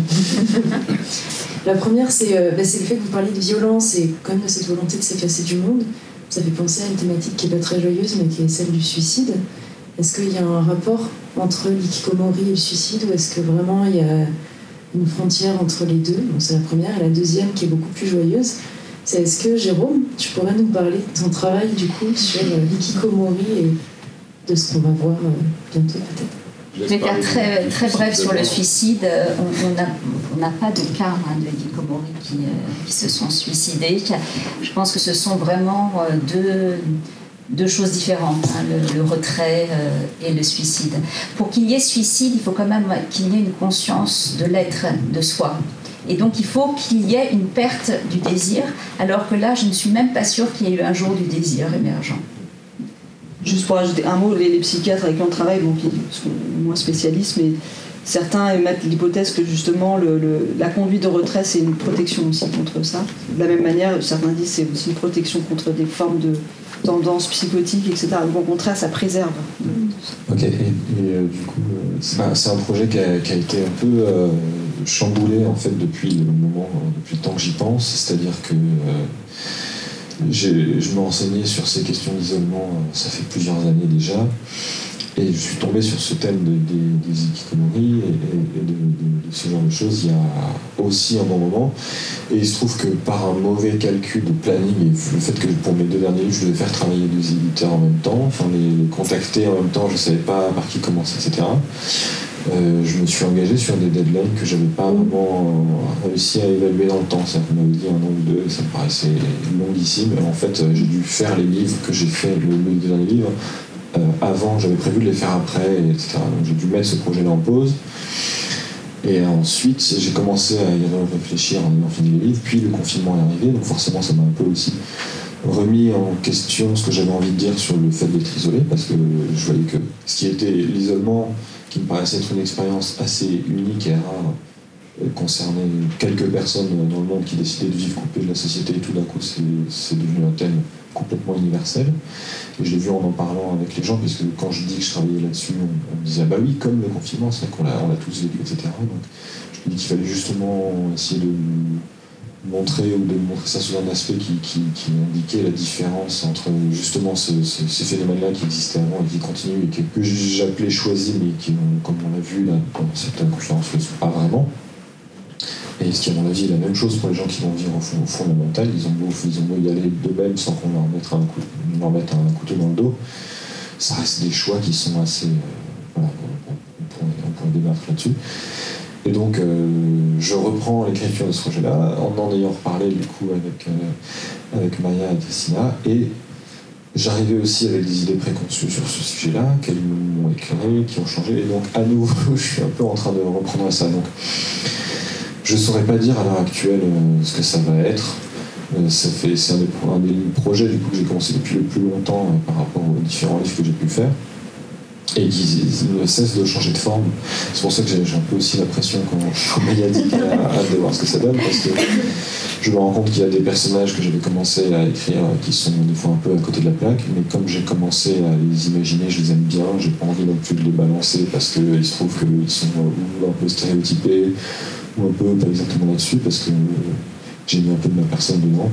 La première, c'est, euh, bah, c'est le fait que vous parliez de violence et comme de cette volonté de s'effacer du monde. Ça fait penser à une thématique qui n'est pas très joyeuse, mais qui est celle du suicide. Est-ce qu'il y a un rapport entre l'ikikomori et le suicide, ou est-ce que vraiment il y a une frontière entre les deux? Donc c'est la première. Et la deuxième, qui est beaucoup plus joyeuse, c'est est-ce que, Jérôme, tu pourrais nous parler de ton travail, du coup, sur euh, l'ikikomori et de ce qu'on va voir euh, bientôt, peut-être? Je vais faire très, très bref sur le suicide. On n'a pas de cas hein, de hikikomori qui, euh, qui se sont suicidés. Je pense que ce sont vraiment euh, deux, deux choses différentes, hein, le, le retrait euh, et le suicide. Pour qu'il y ait suicide, il faut quand même qu'il y ait une conscience de l'être, de soi. Et donc il faut qu'il y ait une perte du désir, alors que là, je ne suis même pas sûre qu'il y ait eu un jour du désir émergent. Juste pour ajouter un mot, les, les psychiatres avec qui on travaille, bon, qui sont moins spécialistes, mais certains émettent l'hypothèse que justement le, le, la conduite de retrait, c'est une protection aussi contre ça. De la même manière, certains disent que c'est aussi une protection contre des formes de tendances psychotiques, et cetera. Donc au contraire, ça préserve. Ok, et, et euh, du coup, euh, c'est, un, c'est un projet qui a, qui a été un peu euh, chamboulé en fait depuis le moment, euh, depuis le temps que j'y pense, c'est-à-dire que euh, j'ai, je me renseignais sur ces questions d'isolement, euh, ça fait plusieurs années déjà. Et je suis tombé sur ce thème de, de, des hikikomori et, et, et de, de, de ce genre de choses il y a aussi un bon moment. Et il se trouve que par un mauvais calcul de planning et le fait que pour mes deux derniers livres, je devais faire travailler deux éditeurs en même temps, enfin les, les contacter en même temps, je ne savais pas par qui commencer, et cetera. Euh, je me suis engagé sur des deadlines que je n'avais pas vraiment réussi à évaluer dans le temps. C'est-à-dire qu'on m'avait dit un an ou deux, ça me paraissait longuissime. En fait, j'ai dû faire les livres que j'ai fait, le, le dernier livre, Euh, avant, j'avais prévu de les faire après, et cetera. Donc j'ai dû mettre ce projet-là en pause. Et ensuite, j'ai commencé à y réfléchir en ayant fini les livres, puis le confinement est arrivé, donc forcément ça m'a un peu aussi remis en question ce que j'avais envie de dire sur le fait d'être isolé, parce que je voyais que ce qui était l'isolement, qui me paraissait être une expérience assez unique et rare, concernait quelques personnes dans le monde qui décidaient de vivre coupées de la société, et tout d'un coup c'est, c'est devenu un thème complètement universel. Et je l'ai vu en en parlant avec les gens, puisque quand je dis que je travaillais là-dessus, on, on me disait ah bah oui, comme le confinement, c'est vrai qu'on l'a, on l'a tous vécu, et cetera. Donc je me dis qu'il fallait justement essayer de montrer ou de montrer ça sous un aspect qui, qui, qui indiquait la différence entre justement ce, ce, ces phénomènes-là qui existaient avant et qui continuent et que, que j'appelais choisis, mais qui, comme on l'a vu là dans certaines conférences, ne sont pas vraiment. Et ce qui, à mon avis, est la même chose pour les gens qui vont vivre au fond, au fond de la montagne. Ils ont beau, ils ont beau y aller d'eux-mêmes sans qu'on leur mette un, coup, leur mette un couteau dans le dos. Ça reste des choix qui sont assez... Euh, voilà, on, on, pourrait, on pourrait débattre là-dessus. Et donc, euh, je reprends l'écriture de ce projet-là, en en ayant reparlé, du coup, avec, euh, avec Maya et Christina. Et j'arrivais aussi avec des idées préconçues sur ce sujet-là, qu'elles m'ont éclairé, qui ont changé. Et donc, à nouveau, je suis un peu en train de reprendre ça. Donc, je ne saurais pas dire à l'heure actuelle euh, ce que ça va être. Euh, ça fait, c'est un des, un des projets du coup, que j'ai commencé depuis le plus longtemps euh, par rapport aux différents livres que j'ai pu faire et qui ne cessent de changer de forme. C'est pour ça que j'ai, j'ai un peu aussi la pression quand, quand Maya dit qu'elle a hâte de voir ce que ça donne, parce que je me rends compte qu'il y a des personnages que j'avais commencé à écrire euh, qui sont des fois un peu à côté de la plaque, mais comme j'ai commencé à les imaginer, je les aime bien, j'ai pas envie non plus de les balancer parce qu'il se trouve qu'ils sont euh, un peu stéréotypés, ou un peu pas exactement là-dessus parce que j'ai mis un peu de ma personne dedans.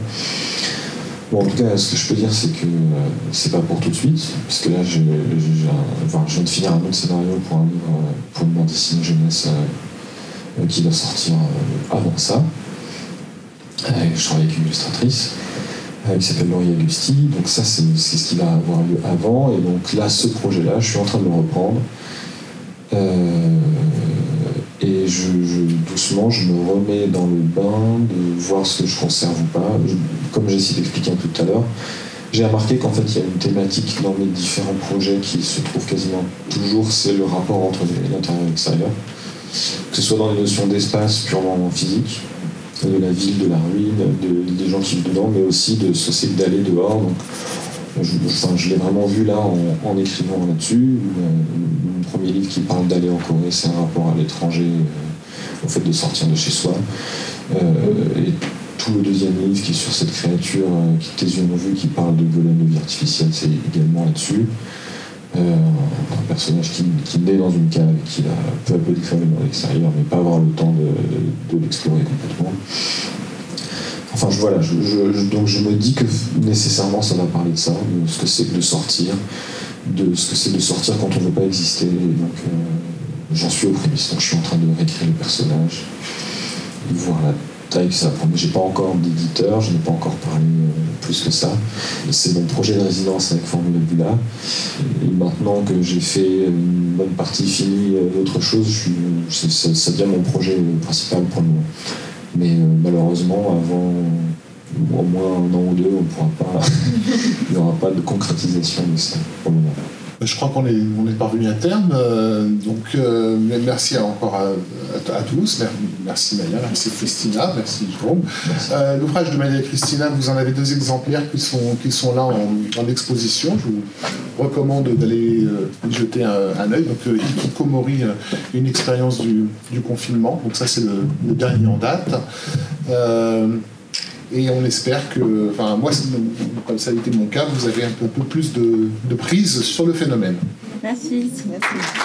Bon, en tout cas, ce que je peux dire, c'est que euh, c'est pas pour tout de suite, parce que là, j'ai, j'ai un, enfin, je viens de finir un autre scénario pour un livre, euh, pour une bande dessinée jeunesse euh, qui va sortir euh, avant ça. Euh, je travaille avec une illustratrice euh, qui s'appelle Laurie Agusti, donc ça, c'est, c'est ce qui va avoir lieu avant, et donc là, ce projet-là, je suis en train de le reprendre. Euh, Et je, je, doucement, je me remets dans le bain de voir ce que je conserve ou pas. Je, comme j'ai essayé d'expliquer un peu tout à l'heure, j'ai remarqué qu'en fait, il y a une thématique dans mes différents projets qui se trouve quasiment toujours, c'est le rapport entre l'intérieur et l'extérieur. Que ce soit dans les notions d'espace purement physique, de la ville, de la ruine, de, des gens qui vivent dedans, mais aussi de ce que c'est d'aller dehors. Donc, Je, enfin, je l'ai vraiment vu là en, en écrivant là-dessus. Mon premier livre qui parle d'aller en Corée, c'est un rapport à l'étranger, euh, au fait de sortir de chez soi. Euh, et tout le deuxième livre qui est sur cette créature euh, qui tes yeux m'ont vu, qui parle de golem de vie artificielle, c'est également là-dessus. Euh, un personnage qui, qui naît dans une cave et qui va peu à peu déformer dans l'extérieur, mais pas avoir le temps de, de, de l'explorer complètement. Enfin, je, voilà, je, je, donc je me dis que nécessairement ça va parler de ça, de ce que c'est que de sortir, de ce que c'est de sortir quand on ne veut pas exister. Et donc, euh, j'en suis optimiste. Donc, je suis en train de réécrire les personnages, de voir la taille que ça prend. Mais j'ai pas encore d'éditeur, je n'ai pas encore parlé euh, plus que ça. C'est mon projet de résidence avec Formula Bula. Et maintenant que j'ai fait une bonne partie finie euh, d'autre chose, je suis, c'est, ça, ça devient mon projet principal pour le moment. Mais euh, malheureusement, avant au moins un an ou deux, on pourra pas, il n'y aura pas de concrétisation de ça pour le moment. Je crois qu'on est, on est parvenu à terme. Euh, donc, euh, merci encore à, à, à tous. Merci Maya, merci Christina, merci Jérôme. Euh, l'ouvrage de Maya et Christina, vous en avez deux exemplaires qui sont, qui sont là en, en exposition. Je vous recommande d'aller euh, y jeter un, un œil. Donc euh, Hikikomori, euh, une expérience du, du confinement. Donc ça c'est le, le dernier en date. Euh, Et on espère que, enfin moi, comme ça a été mon cas, vous avez un peu, un peu plus de, de prise sur le phénomène. Merci. Merci.